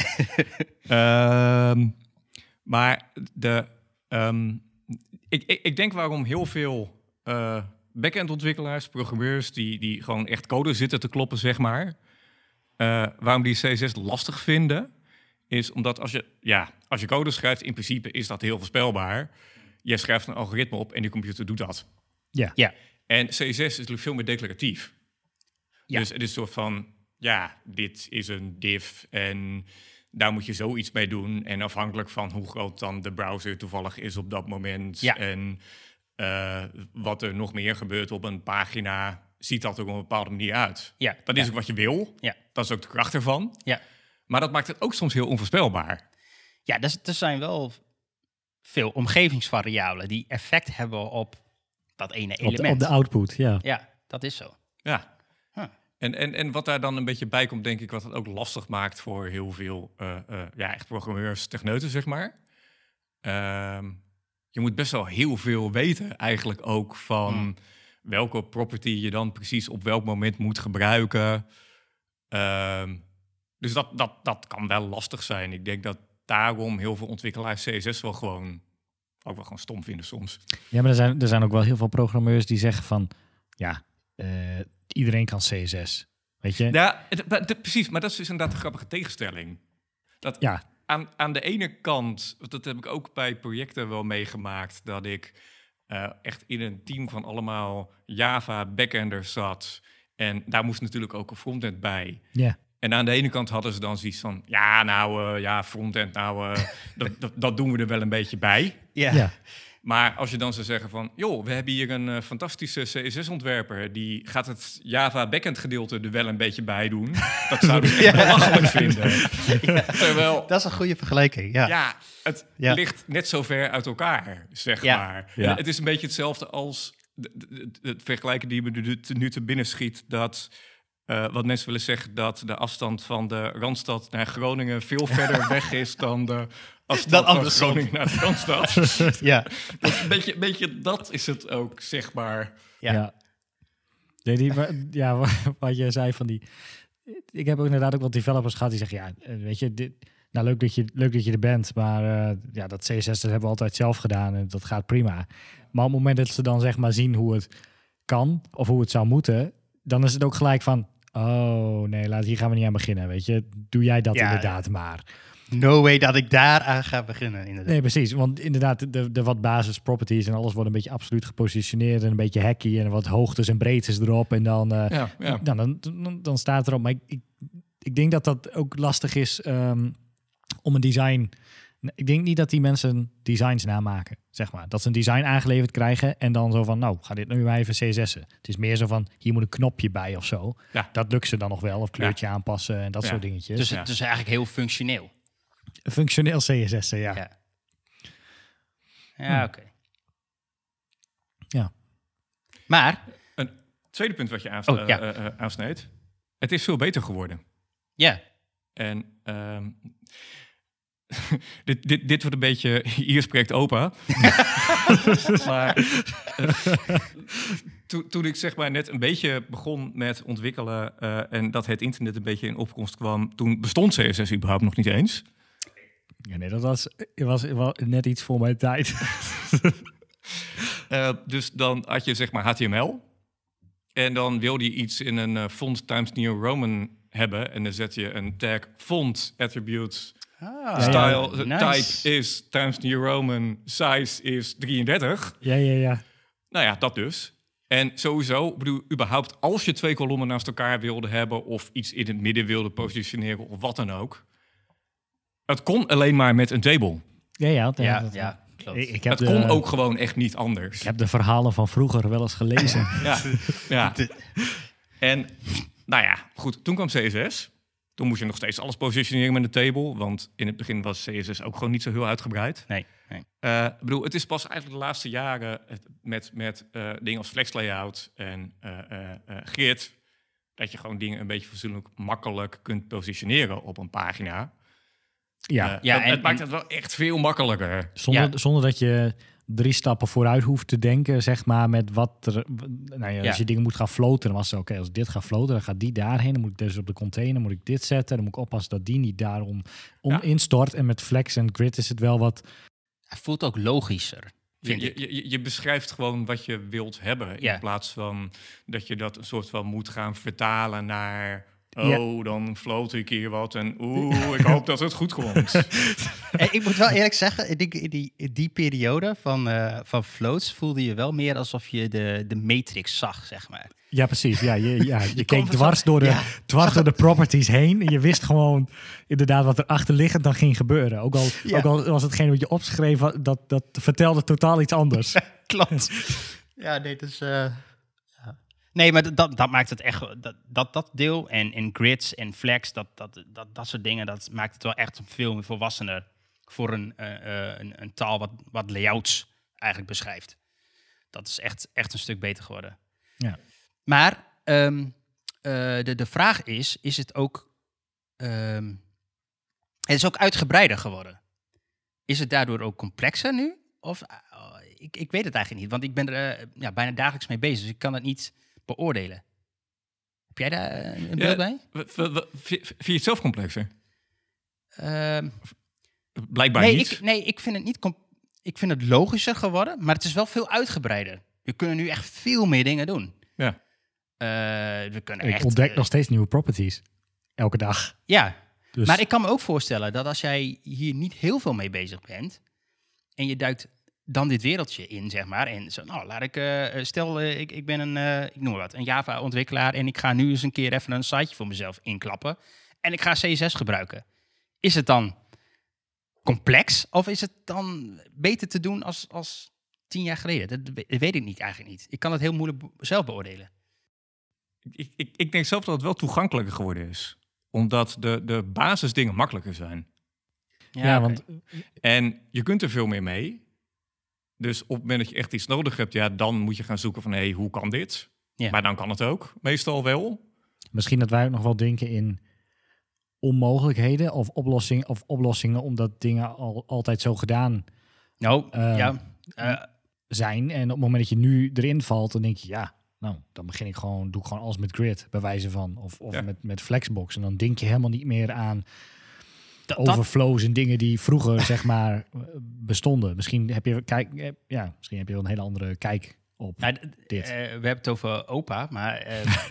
[SPEAKER 1] um, maar de, um, ik, ik, ik denk waarom heel veel uh, back-end ontwikkelaars, programmeurs, die, die gewoon echt code zitten te kloppen, zeg maar. Uh, waarom die C S S lastig vinden, is omdat als je, ja, als je code schrijft, in principe is dat heel voorspelbaar. Je schrijft een algoritme op en die computer doet dat.
[SPEAKER 2] Ja. ja.
[SPEAKER 1] En C S S is natuurlijk veel meer declaratief.
[SPEAKER 2] Ja.
[SPEAKER 1] Dus het is een soort van, ja, dit is een div en daar moet je zoiets mee doen. En afhankelijk van hoe groot dan de browser toevallig is op dat moment.
[SPEAKER 2] Ja.
[SPEAKER 1] En uh, wat er nog meer gebeurt op een pagina, ziet dat er op een bepaalde manier uit.
[SPEAKER 2] Ja.
[SPEAKER 1] Dat is
[SPEAKER 2] ja.
[SPEAKER 1] ook wat je wil.
[SPEAKER 2] Ja.
[SPEAKER 1] Dat is ook de kracht ervan.
[SPEAKER 2] Ja.
[SPEAKER 1] Maar dat maakt het ook soms heel onvoorspelbaar.
[SPEAKER 2] Ja, dus, er zijn wel veel omgevingsvariabelen die effect hebben op dat ene element.
[SPEAKER 3] Op de, op de output, ja.
[SPEAKER 2] Ja, dat is zo.
[SPEAKER 1] Ja.
[SPEAKER 2] Huh.
[SPEAKER 1] En, en, en wat daar dan een beetje bij komt, denk ik, wat het ook lastig maakt voor heel veel uh, uh, ja, echt programmeurs, techneuten, zeg maar. Uh, je moet best wel heel veel weten, eigenlijk ook van hmm. welke property je dan precies op welk moment moet gebruiken. Uh, dus dat, dat, dat kan wel lastig zijn. Ik denk dat daarom heel veel ontwikkelaars C S S wel gewoon ook wel gewoon stom vinden soms.
[SPEAKER 3] Ja, maar er zijn, er zijn ook wel heel veel programmeurs die zeggen van, ja, uh, iedereen kan C S S, weet je?
[SPEAKER 1] Ja, het, het, precies, maar dat is dus inderdaad een grappige tegenstelling. Dat
[SPEAKER 3] ja.
[SPEAKER 1] aan, aan de ene kant, dat heb ik ook bij projecten wel meegemaakt, dat ik uh, echt in een team van allemaal Java backenders zat. En daar moest natuurlijk ook een frontend bij.
[SPEAKER 3] Ja.
[SPEAKER 1] En aan de ene kant hadden ze dan zoiets van, ja, nou, uh, ja, frontend, nou, uh, dat, dat, dat doen we er wel een beetje bij.
[SPEAKER 2] Ja.
[SPEAKER 3] ja.
[SPEAKER 1] Maar als je dan zou zeggen van, joh, we hebben hier een uh, fantastische C S S-ontwerper, die gaat het Java backend gedeelte er wel een beetje bij doen. Dat zouden we echt
[SPEAKER 2] ja.
[SPEAKER 1] belachelijk vinden.
[SPEAKER 2] Ja.
[SPEAKER 1] Terwijl,
[SPEAKER 2] dat is een goede vergelijking, ja.
[SPEAKER 1] Ja, het
[SPEAKER 2] ja.
[SPEAKER 1] ligt net zo ver uit elkaar, zeg
[SPEAKER 2] ja.
[SPEAKER 1] maar.
[SPEAKER 3] Ja.
[SPEAKER 1] Het is een beetje hetzelfde als het vergelijken die me nu te binnen schiet, dat Uh, wat mensen willen zeggen dat de afstand van de Randstad naar Groningen veel verder weg is dan de afstand
[SPEAKER 2] dat
[SPEAKER 1] van Groningen naar de Randstad.
[SPEAKER 2] ja.
[SPEAKER 1] Dat, een beetje, beetje dat is het ook, zeg maar.
[SPEAKER 3] Ja, ja. Nee, die, ja wat je zei van die... Ik heb ook inderdaad ook wat developers gehad die zeggen, ja, weet je, dit, nou leuk dat je, leuk dat je er bent, maar uh, ja, dat C S S dat hebben we altijd zelf gedaan en dat gaat prima. Maar op het moment dat ze dan zeg maar zien hoe het kan of hoe het zou moeten, dan is het ook gelijk van, oh nee, laat, hier gaan we niet aan beginnen, weet je. Doe jij dat ja, inderdaad ja. maar.
[SPEAKER 2] No way dat ik daar aan ga beginnen, inderdaad.
[SPEAKER 3] Nee, precies. Want inderdaad, de, de wat basis properties en alles wordt een beetje absoluut gepositioneerd en een beetje hacky en wat hoogtes en breedtes erop. En dan, uh,
[SPEAKER 1] ja, ja.
[SPEAKER 3] dan, dan, dan, dan staat erop. Maar ik, ik, ik denk dat dat ook lastig is um, om een design... Ik denk niet dat die mensen designs namaken, zeg maar. Dat ze een design aangeleverd krijgen en dan zo van, nou, ga dit nu maar even C S S'en. Het is meer zo van, hier moet een knopje bij of zo.
[SPEAKER 1] Ja.
[SPEAKER 3] Dat lukt ze dan nog wel, of kleurtje
[SPEAKER 1] ja.
[SPEAKER 3] aanpassen en dat
[SPEAKER 1] ja.
[SPEAKER 3] soort dingetjes.
[SPEAKER 2] Dus
[SPEAKER 1] ja.
[SPEAKER 2] het is eigenlijk heel functioneel.
[SPEAKER 3] Functioneel C S S'en, ja.
[SPEAKER 2] Ja, ja
[SPEAKER 3] hm.
[SPEAKER 2] oké. Okay.
[SPEAKER 3] Ja.
[SPEAKER 2] Maar...
[SPEAKER 1] Een tweede punt wat je aansne- oh, ja. uh, uh, aansneed. Het is veel beter geworden.
[SPEAKER 2] Ja.
[SPEAKER 1] En... Um, dit, dit, dit wordt een beetje... Hier spreekt opa. maar uh, to, toen ik zeg maar net een beetje begon met ontwikkelen... Uh, en dat het internet een beetje in opkomst kwam... toen bestond C S S überhaupt nog niet eens.
[SPEAKER 3] Ja, nee, dat was, was, was net iets voor mijn tijd.
[SPEAKER 1] uh, dus dan had je zeg maar H T M L. En dan wilde je iets in een uh, font times New Roman hebben. En dan zet je een tag font attributes...
[SPEAKER 2] Ah,
[SPEAKER 1] Style,
[SPEAKER 2] ja, nice.
[SPEAKER 1] Type is times New Roman, size is drieëndertig.
[SPEAKER 3] Ja, ja, ja.
[SPEAKER 1] Nou ja, dat dus. En sowieso, ik bedoel, überhaupt als je twee kolommen naast elkaar wilde hebben... of iets in het midden wilde positioneren of wat dan ook... het kon alleen maar met een table.
[SPEAKER 3] Ja, ja. Dat,
[SPEAKER 2] ja,
[SPEAKER 3] dat,
[SPEAKER 2] ja klopt.
[SPEAKER 3] Ik, ik heb
[SPEAKER 1] het
[SPEAKER 3] de,
[SPEAKER 1] kon ook gewoon echt niet anders.
[SPEAKER 3] Ik heb de verhalen van vroeger wel eens gelezen.
[SPEAKER 1] ja, ja. En nou ja, goed, toen kwam C S S... Toen moest je nog steeds alles positioneren met een table. Want in het begin was C S S ook gewoon niet zo heel uitgebreid.
[SPEAKER 2] Nee. nee.
[SPEAKER 1] Uh, ik bedoel, het is pas eigenlijk de laatste jaren met, met uh, dingen als flex layout en uh, uh, uh, grid, dat je gewoon dingen een beetje fatsoenlijk makkelijk kunt positioneren op een pagina.
[SPEAKER 3] Ja,
[SPEAKER 1] uh,
[SPEAKER 2] ja
[SPEAKER 1] dat,
[SPEAKER 2] en,
[SPEAKER 1] het maakt het wel echt veel makkelijker.
[SPEAKER 3] Zonder,
[SPEAKER 2] ja.
[SPEAKER 3] zonder dat je drie stappen vooruit hoeft te denken, zeg maar, met wat er... Nou ja,
[SPEAKER 2] Ja.
[SPEAKER 3] als je dingen moet gaan floten, dan was het oké, okay, als ik dit ga floten, dan gaat die daarheen. Dan moet ik dus op de container, moet ik dit zetten. Dan moet ik oppassen dat die niet daarom om
[SPEAKER 1] Ja.
[SPEAKER 3] instort. En met flex en grid is het wel wat...
[SPEAKER 2] Het voelt ook logischer.
[SPEAKER 1] Je, je, je, je beschrijft gewoon wat je wilt hebben,
[SPEAKER 2] Ja.
[SPEAKER 1] in plaats van dat je dat een soort van moet gaan vertalen naar... Oh,
[SPEAKER 3] Ja.
[SPEAKER 1] dan float ik hier wat en oeh, ik hoop dat het goed komt.
[SPEAKER 2] En ik moet wel eerlijk zeggen, in die, in die, in die periode van, uh, van floats voelde je wel meer alsof je de, de Matrix zag, zeg maar.
[SPEAKER 3] Ja, precies. Ja, je, ja, je,
[SPEAKER 2] Je
[SPEAKER 3] keek
[SPEAKER 2] kon
[SPEAKER 3] dwars,
[SPEAKER 2] zo-
[SPEAKER 3] door de,
[SPEAKER 2] ja.
[SPEAKER 3] dwars door de properties heen. En je wist gewoon inderdaad wat er achterliggend dan ging gebeuren. Ook al,
[SPEAKER 2] Ja.
[SPEAKER 3] ook al was hetgeen wat je opschreef, dat, dat vertelde totaal iets anders.
[SPEAKER 2] Klopt. Ja, nee, dus... Uh, ja. Nee, maar dat, dat maakt het echt... Dat, dat, dat deel en, en grids en flex, dat, dat, dat, dat soort dingen, dat maakt het wel echt veel meer volwassener voor een, uh, uh, een, een taal wat, wat layouts eigenlijk beschrijft. Dat is echt, echt een stuk beter geworden.
[SPEAKER 3] Ja.
[SPEAKER 2] Maar um, uh, de, de vraag is, is het ook... Um, het is ook uitgebreider geworden. Is het daardoor ook complexer nu? Of... Uh, Ik, ik weet het eigenlijk niet, want ik ben er uh, ja, bijna dagelijks mee bezig, dus ik kan het niet beoordelen. Heb jij daar uh, een beeld
[SPEAKER 1] Ja,
[SPEAKER 2] bij?
[SPEAKER 1] w- w- w- Vind je het zelf complexer?
[SPEAKER 2] Uh,
[SPEAKER 1] Blijkbaar
[SPEAKER 2] nee,
[SPEAKER 1] niet.
[SPEAKER 2] Ik, nee, ik vind het niet. Com- ik vind het logischer geworden, maar het is wel veel uitgebreider. We kunnen nu echt veel meer dingen doen.
[SPEAKER 1] Ja.
[SPEAKER 2] Uh, we kunnen
[SPEAKER 3] Ik
[SPEAKER 2] echt,
[SPEAKER 3] ontdek
[SPEAKER 2] uh,
[SPEAKER 3] nog steeds nieuwe properties. Elke dag.
[SPEAKER 2] Ja,
[SPEAKER 3] Dus,
[SPEAKER 2] maar ik kan me ook voorstellen dat als jij hier niet heel veel mee bezig bent en je duikt dan dit wereldje in, zeg maar. En zo, nou, laat ik, uh, stel, uh, ik, ik ben een, uh, ik noem maar wat, een Java-ontwikkelaar en ik ga nu eens een keer even een siteje voor mezelf inklappen en ik ga C S S gebruiken. Is het dan complex of is het dan beter te doen als, als tien jaar geleden? Dat, dat weet ik niet, eigenlijk niet. Ik kan het heel moeilijk be- zelf beoordelen.
[SPEAKER 1] Ik, ik, ik denk zelf dat het wel toegankelijker geworden is. Omdat de, de basisdingen makkelijker zijn.
[SPEAKER 3] ja,
[SPEAKER 2] oké.
[SPEAKER 3] want
[SPEAKER 1] En je kunt er veel meer mee. Dus op het moment dat je echt iets nodig hebt, ja, dan moet je gaan zoeken van, hé, hey, hoe kan dit?
[SPEAKER 2] Ja.
[SPEAKER 1] Maar dan kan het ook, meestal wel.
[SPEAKER 3] misschien dat wij ook nog wel denken in onmogelijkheden of oplossingen, of oplossingen omdat dingen al altijd zo gedaan
[SPEAKER 2] Nou,
[SPEAKER 3] Uh,
[SPEAKER 2] ja. Uh,
[SPEAKER 3] zijn. En op het moment dat je nu erin valt, dan denk je, ja, nou, dan begin ik gewoon, doe ik gewoon alles met grid, bij wijze van. Of, of
[SPEAKER 1] Ja.
[SPEAKER 3] met, met Flexbox. En dan denk je helemaal niet meer aan
[SPEAKER 2] dat, dat,
[SPEAKER 3] overflows en dingen die vroeger, zeg maar, bestonden. Misschien heb je, kijk, eh, ja, misschien heb je wel een hele andere kijk op
[SPEAKER 2] nou, d-
[SPEAKER 3] dit.
[SPEAKER 2] uh, we hebben het over opa, maar...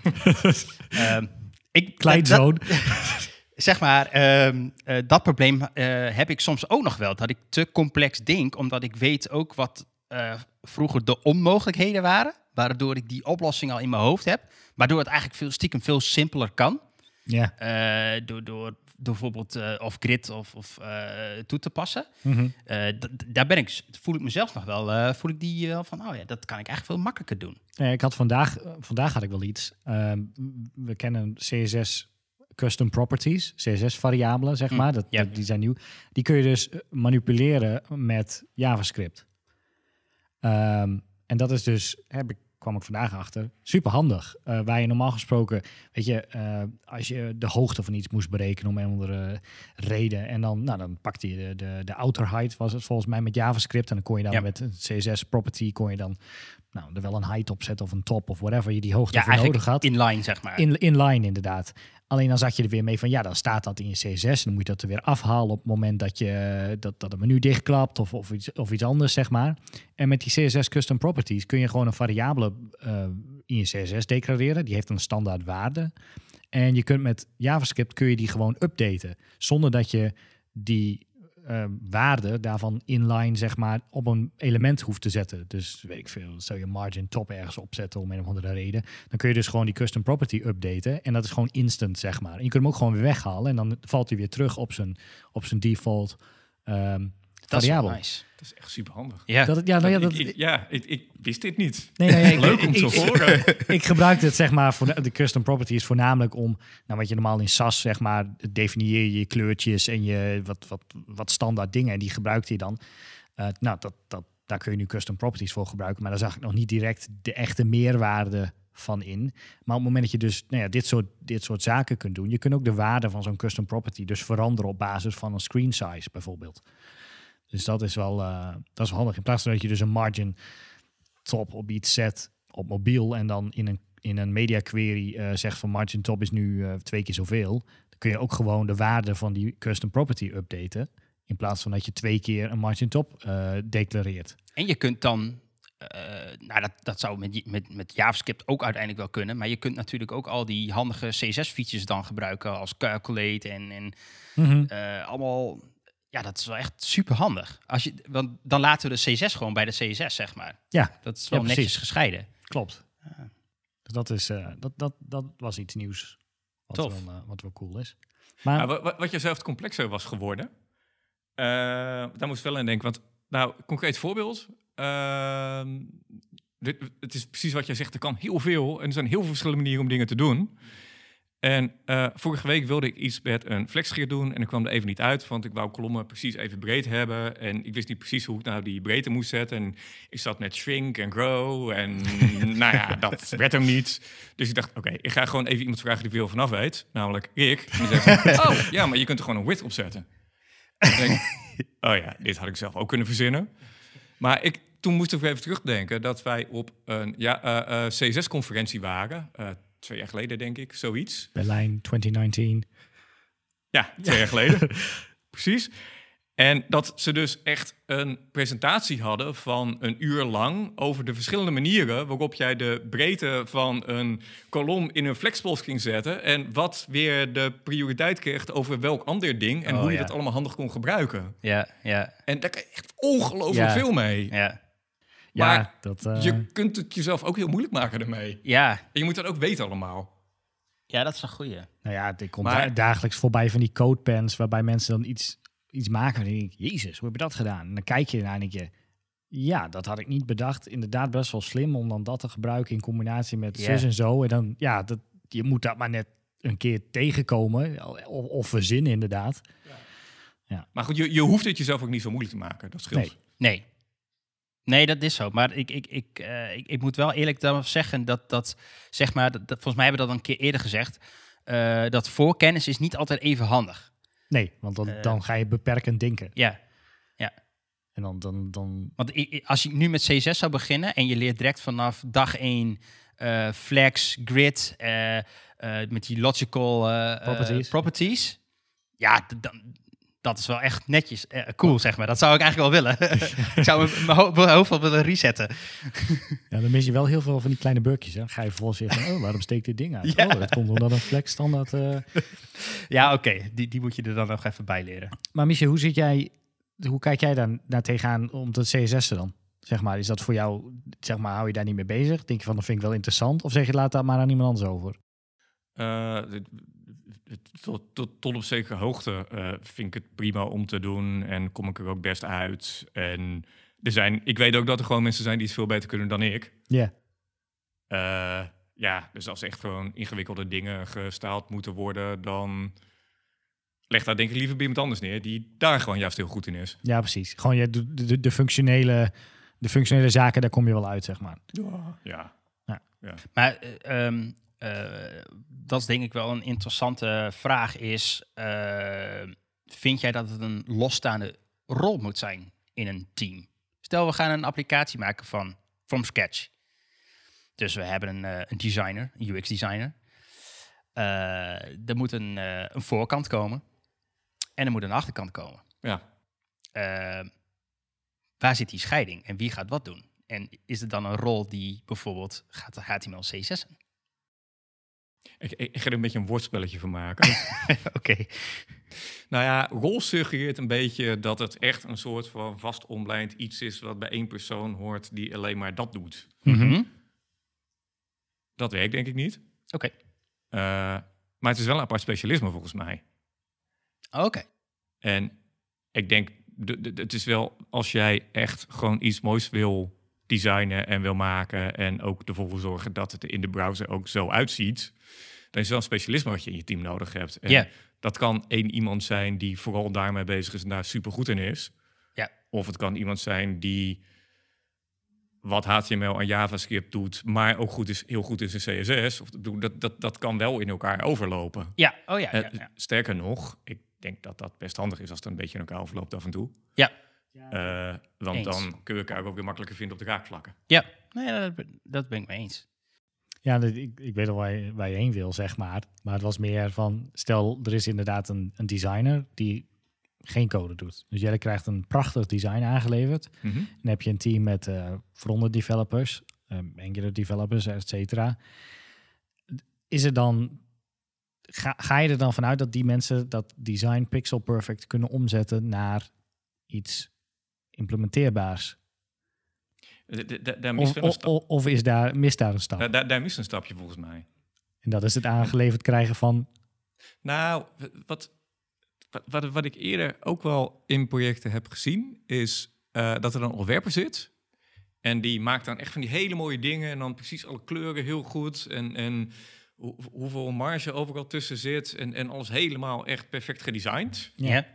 [SPEAKER 2] Uh, um, ik,
[SPEAKER 3] Kleinzoon.
[SPEAKER 2] dat- dat- Zeg maar, um, uh, dat probleem uh, heb ik soms ook nog wel. Dat ik te complex denk, omdat ik weet ook wat uh, vroeger de onmogelijkheden waren. Waardoor ik die oplossing al in mijn hoofd heb. Waardoor het eigenlijk veel, stiekem veel simpeler kan.
[SPEAKER 3] Ja.
[SPEAKER 2] Uh, door, door, door bijvoorbeeld uh, of grid of, of uh, toe te passen.
[SPEAKER 3] Mhm.
[SPEAKER 2] Uh, d- d- daar ben ik, voel ik mezelf nog wel, uh, voel ik die wel van, oh ja, dat kan ik eigenlijk veel makkelijker doen.
[SPEAKER 3] Ja, ik had vandaag, uh, vandaag had ik wel iets. Ehm, we kennen C S S custom properties, C S S variabelen, zeg
[SPEAKER 2] Mm,
[SPEAKER 3] maar. Dat,
[SPEAKER 2] ja.
[SPEAKER 3] dat, die zijn nieuw. Die kun je dus uh, manipuleren met JavaScript. Um, en dat is dus, heb ik, kwam ik vandaag achter, super handig. Uh, waar je normaal gesproken, weet je, uh, als je de hoogte van iets moest berekenen om een of andere reden. En dan, nou, dan pakte je de, de, de outer height, was het volgens mij met JavaScript. En dan kon je dan
[SPEAKER 2] Ja.
[SPEAKER 3] met een C S S property, kon je dan nou, er wel een height op zetten of een top of whatever je die hoogte
[SPEAKER 2] Ja,
[SPEAKER 3] voor nodig
[SPEAKER 2] eigenlijk
[SPEAKER 3] had.
[SPEAKER 2] inline, zeg maar.
[SPEAKER 3] In, inline inderdaad. Alleen dan zat je er weer mee van, ja, dan staat dat in je C S S. En dan moet je dat er weer afhalen op het moment dat, je, dat, dat het menu dichtklapt of, of, iets, of iets anders, zeg maar. En met die C S S custom properties kun je gewoon een variabele uh, in je C S S declareren. Die heeft een standaard waarde. En je kunt met JavaScript kun je die gewoon updaten. Zonder dat je die uh, waarde daarvan inline, zeg maar, op een element hoeft te zetten. Dus weet ik veel, stel je margin top ergens opzetten om een of andere reden. Dan kun je dus gewoon die custom property updaten. En dat is gewoon instant, zeg maar. En je kunt hem ook gewoon weer weghalen. En dan valt hij weer terug op zijn, op zijn default um,
[SPEAKER 2] dat is wel
[SPEAKER 3] variabele.
[SPEAKER 2] nice.
[SPEAKER 1] Dat is echt super handig.
[SPEAKER 2] Ja.
[SPEAKER 3] Dat, het- ja, nou ja, dat,
[SPEAKER 1] ik, ik, ja ik, ik wist dit niet.
[SPEAKER 3] nee, nee, ik-
[SPEAKER 1] Leuk om
[SPEAKER 3] ik-
[SPEAKER 1] te
[SPEAKER 3] ik-
[SPEAKER 1] horen.
[SPEAKER 3] Ik gebruik het, zeg maar, voor de, de custom property is voornamelijk om, nou, wat je normaal in S A S, zeg maar, definieer je je kleurtjes en je wat, wat, wat standaard dingen. En die gebruikt hij dan. Uh, nou, dat, dat, daar kun je nu custom properties voor gebruiken. Maar daar zag ik nog niet direct de echte meerwaarde van in. Maar op het moment dat je dus nou ja, dit, soort, dit soort zaken kunt doen... je kunt ook de waarde van zo'n custom property dus veranderen... op basis van een screen size bijvoorbeeld. Dus dat is wel, uh, dat is wel handig. In plaats van dat je dus een margin top op iets zet op mobiel... en dan in een, in een media query uh, zegt van margin top is nu uh, twee keer zoveel... dan kun je ook gewoon de waarde van die custom property updaten... in plaats van dat je twee keer een margin top uh, declareert.
[SPEAKER 2] En je kunt dan... Uh, nou, dat, dat zou met, met, met JavaScript ook uiteindelijk wel kunnen. Maar je kunt natuurlijk ook al die handige C S S-features dan gebruiken... als calculate en, en mm-hmm. uh, allemaal... Ja, dat is wel echt super handig. Als je, want dan laten we de C S S gewoon bij de C S S, zeg maar.
[SPEAKER 3] Ja,
[SPEAKER 2] dat is wel
[SPEAKER 3] ja,
[SPEAKER 2] netjes gescheiden.
[SPEAKER 3] Klopt. Ja. Dus dat, is, uh, dat, dat, dat was iets nieuws. Wat
[SPEAKER 2] Tof.
[SPEAKER 3] Wel, uh, wat wel cool is.
[SPEAKER 1] Maar ja, wat, wat je zelf complexer was geworden... Uh, daar moest ik wel aan denken. Want, nou, concreet voorbeeld... Uh, dit, het is precies wat jij zegt, er kan heel veel... en er zijn heel veel verschillende manieren om dingen te doen... En uh, vorige week wilde ik iets met een flexgear doen... en ik kwam er even niet uit, want ik wou kolommen precies even breed hebben... en ik wist niet precies hoe ik nou die breedte moest zetten... en ik zat met shrink en grow en nou ja, dat werd hem niet. Dus ik dacht, oké, okay, ik ga gewoon even iemand vragen die veel vanaf weet... namelijk Rick. En die zegt, oh ja, maar je kunt er gewoon een width op zetten. En ik denk, oh ja, dit had ik zelf ook kunnen verzinnen. Maar ik, toen moest ik even terugdenken dat wij op een ja, uh, uh, C S S-conferentie waren... Uh, Twee jaar geleden, denk ik, zoiets.
[SPEAKER 3] Berlijn twintig negentien.
[SPEAKER 1] Ja, twee ja. jaar geleden. Precies. En dat ze dus echt een presentatie hadden van een uur lang... over de verschillende manieren waarop jij de breedte van een kolom... in een flexpost ging zetten... en wat weer de prioriteit kreeg over welk ander ding... en oh, hoe je ja. dat allemaal handig kon gebruiken.
[SPEAKER 2] Ja, ja.
[SPEAKER 1] En daar kan je echt ongelooflijk
[SPEAKER 2] ja.
[SPEAKER 1] veel mee.
[SPEAKER 2] Ja.
[SPEAKER 1] Maar
[SPEAKER 3] ja, dat, uh...
[SPEAKER 1] je kunt het jezelf ook heel moeilijk maken ermee.
[SPEAKER 2] Ja.
[SPEAKER 1] En je moet dat ook weten allemaal.
[SPEAKER 2] Ja, dat is een goeie.
[SPEAKER 3] Nou ja, ik kom
[SPEAKER 1] maar...
[SPEAKER 3] da- dagelijks voorbij van die codepens... waarbij mensen dan iets, iets maken en dan denk ik... Jezus, hoe heb je dat gedaan? En dan kijk je ernaar en denk je... Ja, dat had ik niet bedacht. Inderdaad best wel slim om dan dat te gebruiken... in combinatie met yeah. zus en zo. En dan, ja, dat, je moet dat maar net een keer tegenkomen. Of, of verzinnen, inderdaad. Ja.
[SPEAKER 1] Ja. Maar goed, je, je hoeft het jezelf ook niet zo moeilijk te maken. Dat scheelt.
[SPEAKER 2] Nee, nee. Nee, dat is zo. Maar ik, ik, ik, uh, ik, ik moet wel eerlijk dan zeggen dat, dat zeg maar, dat, volgens mij hebben we dat een keer eerder gezegd, uh, dat voorkennis is niet altijd even handig.
[SPEAKER 3] Nee, want dan, uh, dan ga je beperkend denken.
[SPEAKER 2] Ja, ja.
[SPEAKER 3] En dan, dan, dan...
[SPEAKER 2] Want als je nu met C S S zou beginnen en je leert direct vanaf dag één uh, flex, grid, uh, uh, met die logical uh, properties. Uh, properties, ja, dan... Dat is wel echt netjes. Eh, cool, oh. zeg maar. Dat zou ik eigenlijk wel willen. Ik zou mijn ho- hoofd wel willen resetten.
[SPEAKER 3] Ja, dan mis je wel heel veel van die kleine bugjes. Hè. Dan ga je vervolgens weer van, oh, waarom steekt dit ding uit? Ja. Oh, dat komt omdat een flex standaard... Uh...
[SPEAKER 2] Ja, oké. Okay. Die, die moet je er dan nog even bij leren.
[SPEAKER 3] Maar Michel, hoe zit jij... Hoe kijk jij daar naar tegenaan om te C S S'en dan? Zeg maar, is dat voor jou... Zeg maar, hou je daar niet mee bezig? Denk je van, dat vind ik wel interessant? Of zeg je, laat dat maar aan iemand anders over?
[SPEAKER 1] Uh, Tot, tot, tot op zekere hoogte uh, vind ik het prima om te doen en kom ik er ook best uit. En er zijn, ik weet ook dat er gewoon mensen zijn die het veel beter kunnen dan ik.
[SPEAKER 3] Ja.
[SPEAKER 1] Yeah. Uh, ja, dus als echt gewoon ingewikkelde dingen gestaald moeten worden, dan leg daar denk ik liever bij iemand anders neer die daar gewoon juist heel goed in is.
[SPEAKER 3] Ja, precies. Gewoon ja, de, de, de, functionele, de functionele zaken, daar kom je wel uit, zeg maar.
[SPEAKER 1] Ja. Ja.
[SPEAKER 3] ja.
[SPEAKER 2] ja. Maar... Uh, um Uh, dat is denk ik wel een interessante vraag is... Uh, vind jij dat het een losstaande rol moet zijn in een team? Stel, we gaan een applicatie maken van from scratch. Dus we hebben een, uh, een designer, een U X-designer. Uh, er moet een, uh, een voorkant komen. En er moet een achterkant komen.
[SPEAKER 1] Ja.
[SPEAKER 2] Uh, waar zit die scheiding? En wie gaat wat doen? En is er dan een rol die bijvoorbeeld gaat H T M L, C S S'en?
[SPEAKER 1] Ik, ik, ik ga er een beetje een woordspelletje van maken.
[SPEAKER 2] Oké. Okay.
[SPEAKER 1] Nou ja, rol suggereert een beetje dat het echt een soort van vast omlijnd iets is wat bij één persoon hoort die alleen maar dat doet.
[SPEAKER 2] Mm-hmm.
[SPEAKER 1] Dat werkt denk ik niet.
[SPEAKER 2] Oké. Okay.
[SPEAKER 1] Uh, maar het is wel een apart specialisme volgens mij.
[SPEAKER 2] Oké. Okay.
[SPEAKER 1] En ik denk, de, de, het is wel als jij echt gewoon iets moois wil designen en wil maken en ook ervoor wil zorgen dat het in de browser ook zo uitziet, dan is het wel een specialisme wat je in je team nodig hebt. En
[SPEAKER 2] yeah.
[SPEAKER 1] dat kan één iemand zijn die vooral daarmee bezig is en daar super goed in is.
[SPEAKER 2] Ja.
[SPEAKER 1] Of het kan iemand zijn die wat H T M L en JavaScript doet, maar ook goed is, heel goed is in C S S. Of, dat, dat, dat kan wel in elkaar overlopen.
[SPEAKER 2] Ja, oh ja. ja, ja.
[SPEAKER 1] Uh, sterker nog, ik denk dat dat best handig is als het een beetje in elkaar overloopt af en toe.
[SPEAKER 2] Ja.
[SPEAKER 1] Uh, want
[SPEAKER 2] eens.
[SPEAKER 1] Dan kun je elkaar ook weer makkelijker vinden op de raakvlakken.
[SPEAKER 2] Ja, nee, dat, dat ben ik mee eens.
[SPEAKER 3] Ja, ik, ik weet al waar je, waar je heen wil, zeg maar. Maar het was meer van, stel, er is inderdaad een, een designer die geen code doet. Dus jij krijgt een prachtig design aangeleverd.
[SPEAKER 1] Mm-hmm.
[SPEAKER 3] En dan heb je een team met uh, frontend developers, um, Angular developers, et cetera. Is er dan, ga, ga je er dan vanuit dat die mensen dat design pixel perfect kunnen omzetten naar iets implementeerbaars?
[SPEAKER 1] Daar mist
[SPEAKER 3] of, of, of is daar, mist daar een stap?
[SPEAKER 1] Da, daar, daar mist een stapje volgens mij.
[SPEAKER 3] En dat is het aangeleverd krijgen van...
[SPEAKER 1] Nou, wat, wat, wat ik eerder ook wel in projecten heb gezien, is uh, dat er dan een ontwerper zit. En die maakt dan echt van die hele mooie dingen. En dan precies alle kleuren heel goed. En, en hoe, hoeveel marge overal tussen zit. En, en alles helemaal echt perfect gedesigned.
[SPEAKER 2] Ja. Yeah.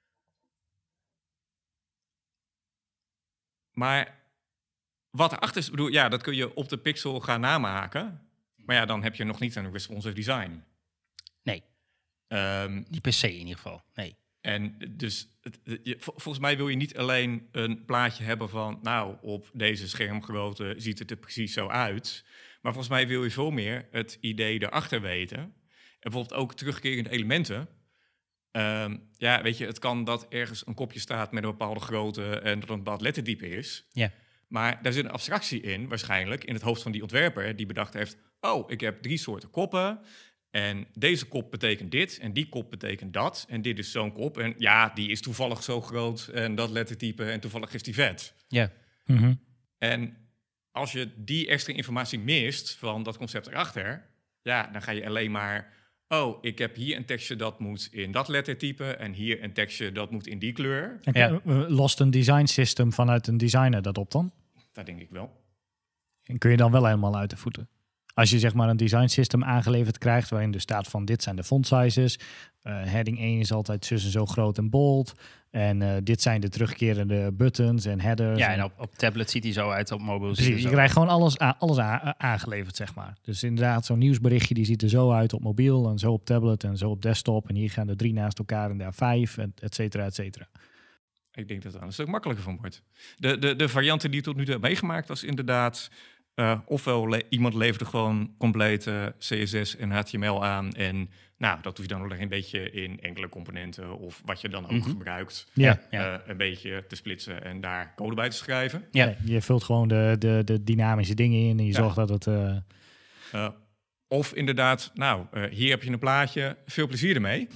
[SPEAKER 1] Maar wat erachter is, bedoel, ja, dat kun je op de pixel gaan namaken. Maar ja, dan heb je nog niet een responsive design.
[SPEAKER 2] Nee.
[SPEAKER 1] Um,
[SPEAKER 2] niet per se in ieder geval, nee.
[SPEAKER 1] En dus, het, je, volgens mij wil je niet alleen een plaatje hebben van, nou, op deze schermgrootte ziet het er precies zo uit. Maar volgens mij wil je veel meer het idee erachter weten. En bijvoorbeeld ook terugkerende elementen. Um, ja, weet je, het kan dat ergens een kopje staat met een bepaalde grootte en dat een bepaald lettertype is.
[SPEAKER 2] Ja.
[SPEAKER 1] Maar daar zit een abstractie in, waarschijnlijk, in het hoofd van die ontwerper, die bedacht heeft, oh, ik heb drie soorten koppen. En deze kop betekent dit en die kop betekent dat. En dit is zo'n kop. En ja, die is toevallig zo groot en dat lettertype en toevallig is die vet.
[SPEAKER 2] Ja.
[SPEAKER 3] Mm-hmm.
[SPEAKER 1] En als je die extra informatie mist van dat concept erachter, ja, dan ga je alleen maar, oh, ik heb hier een tekstje dat moet in dat lettertype en hier een tekstje dat moet in die kleur.
[SPEAKER 3] En ja. Lost een design system vanuit een designer dat op dan?
[SPEAKER 1] Dat denk ik wel.
[SPEAKER 3] En kun je dan wel helemaal uit de voeten? Als je zeg maar een design system aangeleverd krijgt, waarin er staat van dit zijn de font sizes, uh, heading één is altijd zus en zo groot en bold, en uh, dit zijn de terugkerende buttons en headers.
[SPEAKER 2] Ja,
[SPEAKER 3] en
[SPEAKER 2] en op, op tablet ziet hij zo uit, op mobile.
[SPEAKER 3] Precies, je krijgt gewoon alles, a- alles a- aangeleverd, zeg maar. Dus inderdaad, zo'n nieuwsberichtje, die ziet er zo uit op mobiel, en zo op tablet, en zo op desktop, en hier gaan er drie naast elkaar en daar vijf, en et cetera, et cetera.
[SPEAKER 1] Ik denk dat het een stuk makkelijker van wordt. De, de, de varianten die tot nu toe heb meegemaakt was inderdaad, Uh, ofwel le- iemand leverde gewoon complete C S S en H T M L aan. En nou, dat hoef je dan nog een beetje in enkele componenten of wat je dan ook mm-hmm. gebruikt.
[SPEAKER 3] Ja.
[SPEAKER 1] Uh, ja. Een beetje te splitsen en daar code bij te schrijven.
[SPEAKER 3] Ja, ja, je vult gewoon de, de, de dynamische dingen in en je ja. zorgt dat het... Uh...
[SPEAKER 1] Uh, of inderdaad, nou, uh, hier heb je een plaatje, veel plezier ermee.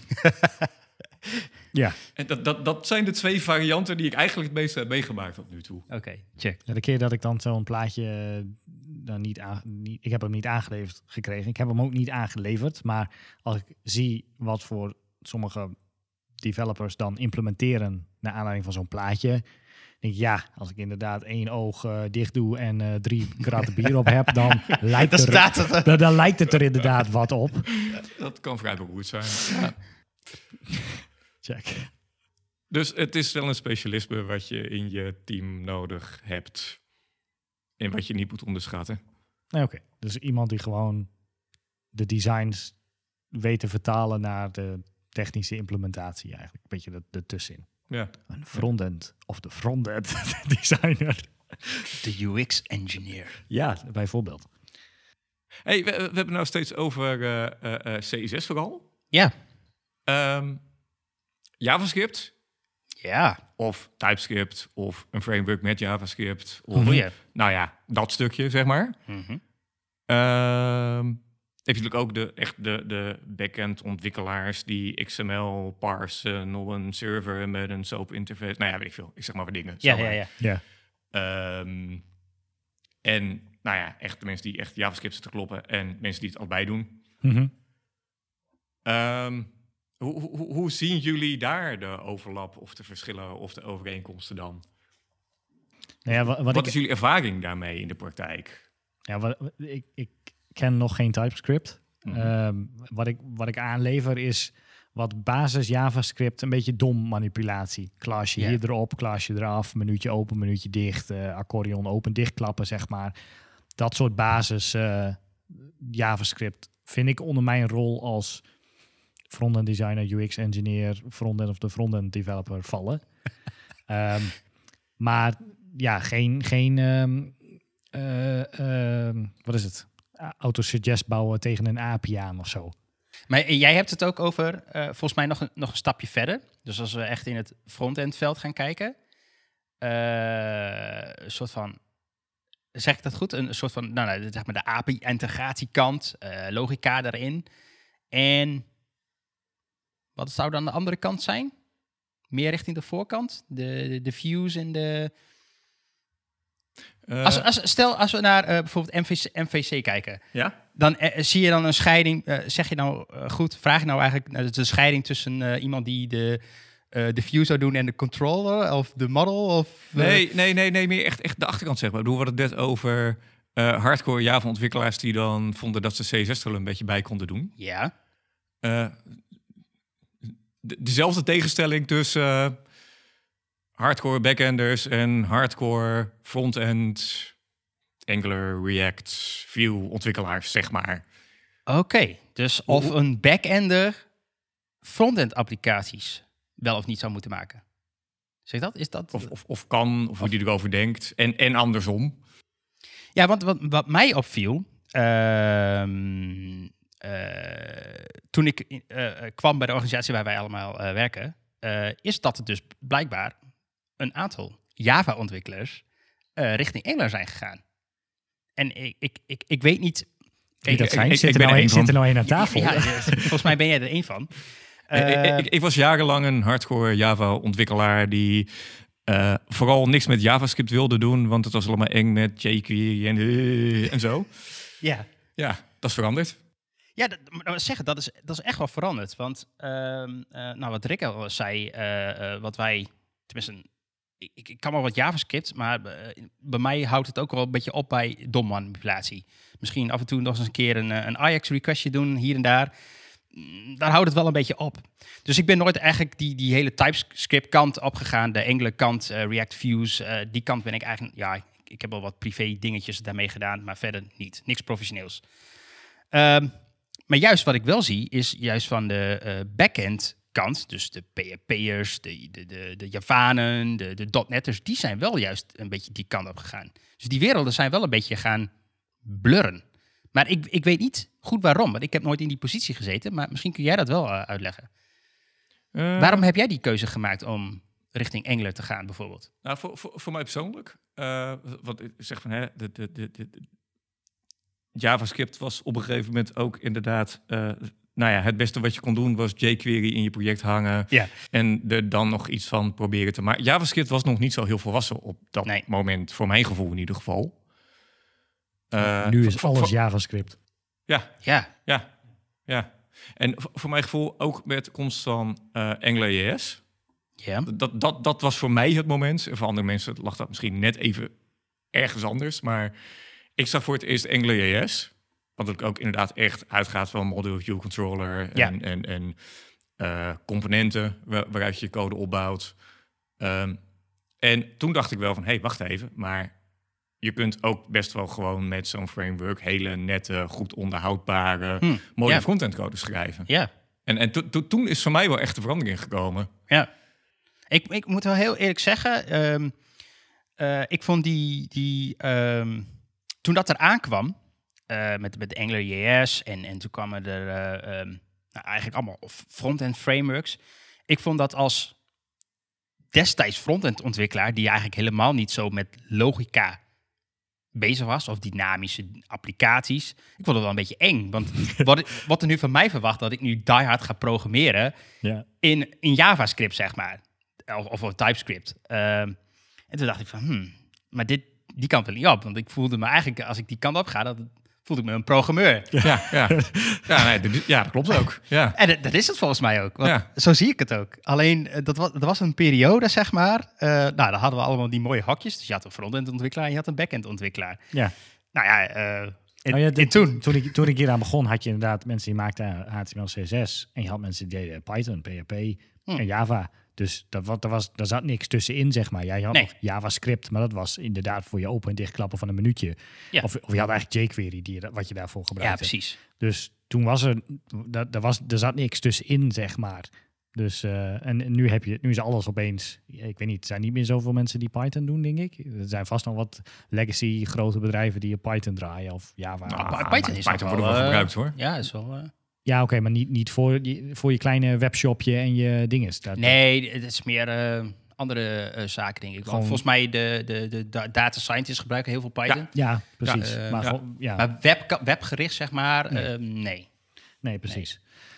[SPEAKER 3] Ja.
[SPEAKER 1] En dat, dat, dat zijn de twee varianten die ik eigenlijk het meeste heb meegemaakt tot nu toe.
[SPEAKER 2] Oké, okay, check.
[SPEAKER 3] Ja, de keer dat ik dan zo'n plaatje dan niet, aan, niet... Ik heb hem niet aangeleverd gekregen. Ik heb hem ook niet aangeleverd. Maar als ik zie wat voor sommige developers dan implementeren naar aanleiding van zo'n plaatje, denk ik, ja, als ik inderdaad één oog uh, dicht doe en uh, drie kratten bier op heb, dan lijkt, er, het dan, dan lijkt het er inderdaad wat op.
[SPEAKER 1] Dat kan vrij beroerd zijn. Ja.
[SPEAKER 3] Check.
[SPEAKER 1] Dus het is wel een specialisme wat je in je team nodig hebt. En wat je niet moet onderschatten.
[SPEAKER 3] Nee, Oké, okay. Dus iemand die gewoon de designs weet te vertalen naar de technische implementatie eigenlijk. Een beetje ertussenin.
[SPEAKER 1] Ja.
[SPEAKER 3] Een frontend of de frontend designer.
[SPEAKER 2] De U X engineer.
[SPEAKER 3] Ja, bijvoorbeeld.
[SPEAKER 1] Hey, we, we hebben nou steeds over uh, uh, uh, C S S vooral.
[SPEAKER 2] Ja.
[SPEAKER 1] Um, JavaScript.
[SPEAKER 2] Ja.
[SPEAKER 1] Of TypeScript. Of een framework met JavaScript. Of,
[SPEAKER 2] oh, ja.
[SPEAKER 1] Nou ja, dat stukje, zeg maar.
[SPEAKER 2] Mm-hmm.
[SPEAKER 1] Um, heb je natuurlijk ook de, echt de, de backend ontwikkelaars die X M L parsen op een server met een SOAP interface. Nou ja, weet ik veel. Ik zeg maar wat dingen.
[SPEAKER 2] Ja, ja, ja.
[SPEAKER 1] ja. Um, en nou ja, echt de mensen die echt JavaScript zitten kloppen en mensen die het al bij doen.
[SPEAKER 3] Mm-hmm.
[SPEAKER 1] Um, hoe, hoe, hoe zien jullie daar de overlap of de verschillen of de overeenkomsten dan?
[SPEAKER 3] Nou ja, wat
[SPEAKER 1] wat
[SPEAKER 3] ik,
[SPEAKER 1] is jullie ervaring daarmee in de praktijk?
[SPEAKER 3] Ja, wat, ik, ik ken nog geen TypeScript. Mm-hmm. Um, wat, ik, wat ik aanlever is wat basis JavaScript, een beetje dom manipulatie. Klaasje
[SPEAKER 2] Ja.
[SPEAKER 3] hier erop, klaasje eraf, minuutje open, minuutje dicht, uh, accordeon open, dichtklappen, zeg maar. Dat soort basis uh, JavaScript vind ik onder mijn rol als front-end designer, U X engineer, front-end of de front-end developer vallen. um, maar ja, geen, geen um, uh, uh, wat is het? Autosuggest bouwen tegen een A P I aan of zo.
[SPEAKER 2] Maar jij hebt het ook over, uh, volgens mij nog een, nog een stapje verder. Dus als we echt in het front-end veld gaan kijken, uh, een soort van, zeg ik dat goed? Een soort van, nou, nou zeg maar de A P I-integratiekant, uh, logica daarin. En wat zou dan de andere kant zijn? Meer richting de voorkant? De, de, de views en de... Uh, als, als, stel, als we naar uh, bijvoorbeeld M V C, M V C kijken,
[SPEAKER 1] ja?
[SPEAKER 2] dan uh, zie je dan een scheiding. Uh, zeg je nou uh, goed? Vraag je nou eigenlijk uh, de scheiding tussen uh, iemand die de, uh, de view zou doen en de controller of de model? Of, uh...
[SPEAKER 1] Nee, nee, nee, nee, meer echt, echt de achterkant zeg maar. Ik bedoel, we hadden het net over uh, hardcore Java-ontwikkelaars die dan vonden dat ze C S S er een beetje bij konden doen.
[SPEAKER 2] Ja.
[SPEAKER 1] Uh, de, dezelfde tegenstelling tussen uh, hardcore backenders en hardcore frontend Angular, React, Vue ontwikkelaars, zeg maar.
[SPEAKER 2] Oké, okay, dus of een backender frontend applicaties wel of niet zou moeten maken. Zeg dat? Is dat?
[SPEAKER 1] Of, of, of kan, of hoe die erover denkt. En, en andersom.
[SPEAKER 2] Ja, want wat, wat mij opviel, uh, uh, toen ik uh, kwam bij de organisatie waar wij allemaal uh, werken, uh, is dat er dus blijkbaar een aantal Java-ontwikkelaars uh, richting Angular zijn gegaan. En ik, ik, ik, ik weet niet...
[SPEAKER 3] Wie dat zijn? Zit er nou een, zit er nou een aan tafel?
[SPEAKER 2] Ja, volgens mij ben jij er één van.
[SPEAKER 1] Uh, ik, ik, ik was jarenlang een hardcore Java-ontwikkelaar die uh, vooral niks met JavaScript wilde doen, want het was allemaal eng met jQuery en, uh, en zo.
[SPEAKER 2] Ja.
[SPEAKER 1] Ja, dat is veranderd.
[SPEAKER 2] Ja, dat, maar zeggen, dat is, dat is echt wel veranderd. Want uh, uh, nou, wat Rick al zei, uh, uh, wat wij... Tenminste, ik, ik kan wel wat JavaScript, maar uh, bij mij houdt het ook wel een beetje op bij dom manipulatie. Misschien af en toe nog eens een keer een, een Ajax-requestje doen, hier en daar. Daar houdt het wel een beetje op. Dus ik ben nooit eigenlijk die, die hele TypeScript-kant opgegaan. De Angular kant, uh, React Views, uh, die kant ben ik eigenlijk... Ja, ik, ik heb wel wat privé dingetjes daarmee gedaan, maar verder niet. Niks professioneels. Um, maar juist wat ik wel zie, is juist van de uh, backend kant, dus de P H P'ers, de, de, de, de Javanen, de, de .NET'ers, die zijn wel juist een beetje die kant op gegaan. Dus die werelden zijn wel een beetje gaan blurren. Maar ik, ik weet niet goed waarom, want ik heb nooit in die positie gezeten, maar misschien kun jij dat wel uh, uitleggen. Uh, waarom heb jij die keuze gemaakt om richting Angular te gaan, bijvoorbeeld?
[SPEAKER 1] Nou, voor, voor, voor mij persoonlijk, uh, wat ik zeg van, hè, de, de, de, de, JavaScript was op een gegeven moment ook inderdaad... Uh, nou ja, het beste wat je kon doen was jQuery in je project hangen.
[SPEAKER 2] Ja.
[SPEAKER 1] En er dan nog iets van proberen te maken. JavaScript was nog niet zo heel volwassen op dat nee. moment. Voor mijn gevoel in ieder geval.
[SPEAKER 3] Uh, nu is alles JavaScript.
[SPEAKER 1] Ja,
[SPEAKER 2] ja,
[SPEAKER 1] ja, ja. En voor mijn gevoel ook met komst van uh, AngularJS.
[SPEAKER 2] Ja.
[SPEAKER 1] Dat, dat, dat was voor mij het moment. En voor andere mensen lag dat misschien net even ergens anders. Maar ik zag voor het eerst AngularJS. Want het ook inderdaad echt uitgaat van model view controller en, ja. en, en uh, componenten waar, waaruit je code opbouwt. Um, en toen dacht ik wel van, hé, hey, wacht even, maar je kunt ook best wel gewoon met zo'n framework hele nette, goed onderhoudbare, hm. mooie ja. frontend code schrijven.
[SPEAKER 2] Ja.
[SPEAKER 1] En, en to, to, toen is voor mij wel echt de verandering gekomen.
[SPEAKER 2] Ja. Ik, ik moet wel heel eerlijk zeggen, um, uh, ik vond die, die um, toen dat er aankwam, Uh, met, met AngularJS en, en toen kwamen er uh, um, nou, eigenlijk allemaal front-end frameworks. Ik vond dat als destijds front-end ontwikkelaar, die eigenlijk helemaal niet zo met logica bezig was, of dynamische applicaties, ik vond het wel een beetje eng. Want wat, wat er nu van mij verwacht, dat ik nu diehard ga programmeren ja. in, in JavaScript, zeg maar. Of, of, of TypeScript. Uh, en toen dacht ik van, hmm, maar dit, die kant wil niet op. Want ik voelde me eigenlijk, als ik die kant op ga, dat voelde ik me een programmeur.
[SPEAKER 1] Ja, ja. ja, nee, dat, ja dat klopt ook. Ja.
[SPEAKER 2] En dat, dat is het volgens mij ook. Want ja. Zo zie ik het ook. Alleen, dat was, dat was een periode, zeg maar. Uh, nou, dan hadden we allemaal die mooie hokjes. Dus je had een front-end ontwikkelaar en je had een back-end ontwikkelaar.
[SPEAKER 3] Ja.
[SPEAKER 2] Nou ja, uh, En,
[SPEAKER 3] Nou ja, de-
[SPEAKER 2] en toen?
[SPEAKER 3] Toen ik, toen ik hier aan begon, had je inderdaad mensen die maakten H T M L, C S S. En je had mensen die deden Python, P H P
[SPEAKER 2] Hm.
[SPEAKER 3] en Java. Dus daar, wa- daar, was, daar zat niks tussenin, zeg maar. Ja, je had
[SPEAKER 2] Nee.
[SPEAKER 3] nog JavaScript, maar dat was inderdaad voor je open- en dichtklappen van een minuutje.
[SPEAKER 2] Ja.
[SPEAKER 3] Of, of je had eigenlijk jQuery, die, je- wat je daarvoor
[SPEAKER 2] Ja,
[SPEAKER 3] gebruikte.
[SPEAKER 2] precies.
[SPEAKER 3] Dus toen was er, daar, daar was, er zat niks tussenin, zeg maar. Dus, eh, en, en nu, heb je, nu is alles opeens, ik weet niet, er zijn niet meer zoveel mensen die Python doen, denk ik. Er zijn vast nog wat legacy grote bedrijven die op Python draaien of Java.
[SPEAKER 2] Nou,
[SPEAKER 3] Maar-
[SPEAKER 2] Python is
[SPEAKER 1] Python
[SPEAKER 2] nog
[SPEAKER 1] wordt
[SPEAKER 2] wel,
[SPEAKER 1] wel
[SPEAKER 2] eh,
[SPEAKER 1] gebruikt, hoor.
[SPEAKER 2] Ja, is wel... eh,
[SPEAKER 3] Ja, oké, maar niet, niet voor, je, voor je kleine webshopje en je dinges. Dat,
[SPEAKER 2] nee, het is meer eh, andere eh, zaken, denk ik. Want
[SPEAKER 3] Gewoon-
[SPEAKER 2] volgens mij de, de, de da- data scientists gebruiken heel veel Python.
[SPEAKER 3] Ja, precies.
[SPEAKER 2] Ja, eh,
[SPEAKER 3] maar
[SPEAKER 1] ja.
[SPEAKER 3] gewoon- ja.
[SPEAKER 2] Maar web, webgericht, zeg maar,
[SPEAKER 3] Nee.
[SPEAKER 2] nee. nee.
[SPEAKER 3] nee, precies.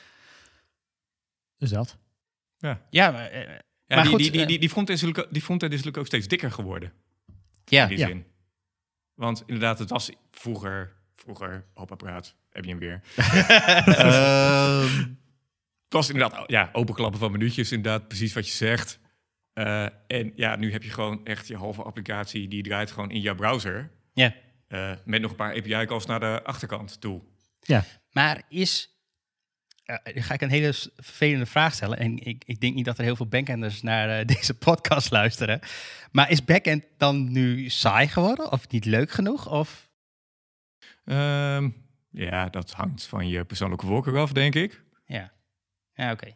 [SPEAKER 3] Dus dat.
[SPEAKER 1] Ja.
[SPEAKER 2] Ja, maar, eh,
[SPEAKER 1] Ja,
[SPEAKER 2] maar
[SPEAKER 1] die,
[SPEAKER 2] goed,
[SPEAKER 1] die, die,
[SPEAKER 2] eh,
[SPEAKER 1] die, die frontend is natuurlijk- die frontend is natuurlijk ook steeds dikker geworden.
[SPEAKER 2] ja.
[SPEAKER 1] In die
[SPEAKER 3] Ja.
[SPEAKER 1] zin. Want inderdaad, het was vroeger... Vroeger, hopapparaat, heb je hem weer. Ehm, het was inderdaad ja, openklappen van minuutjes, inderdaad, precies wat je zegt. Eh, en ja, nu heb je gewoon echt je halve applicatie... die draait gewoon in jouw browser...
[SPEAKER 2] Ja.
[SPEAKER 1] eh, met nog een paar A P I-calls naar de achterkant toe.
[SPEAKER 3] Ja.
[SPEAKER 2] Maar is... Uh, nu ga ik een hele s- vervelende vraag stellen. En ik, ik denk niet dat er heel veel backenders naar uh, deze podcast luisteren. Maar is backend dan nu saai geworden? Of niet leuk genoeg? Of...
[SPEAKER 1] Ehm, ja, dat hangt van je persoonlijke voorkeur af, denk ik.
[SPEAKER 2] Ja, ja oké.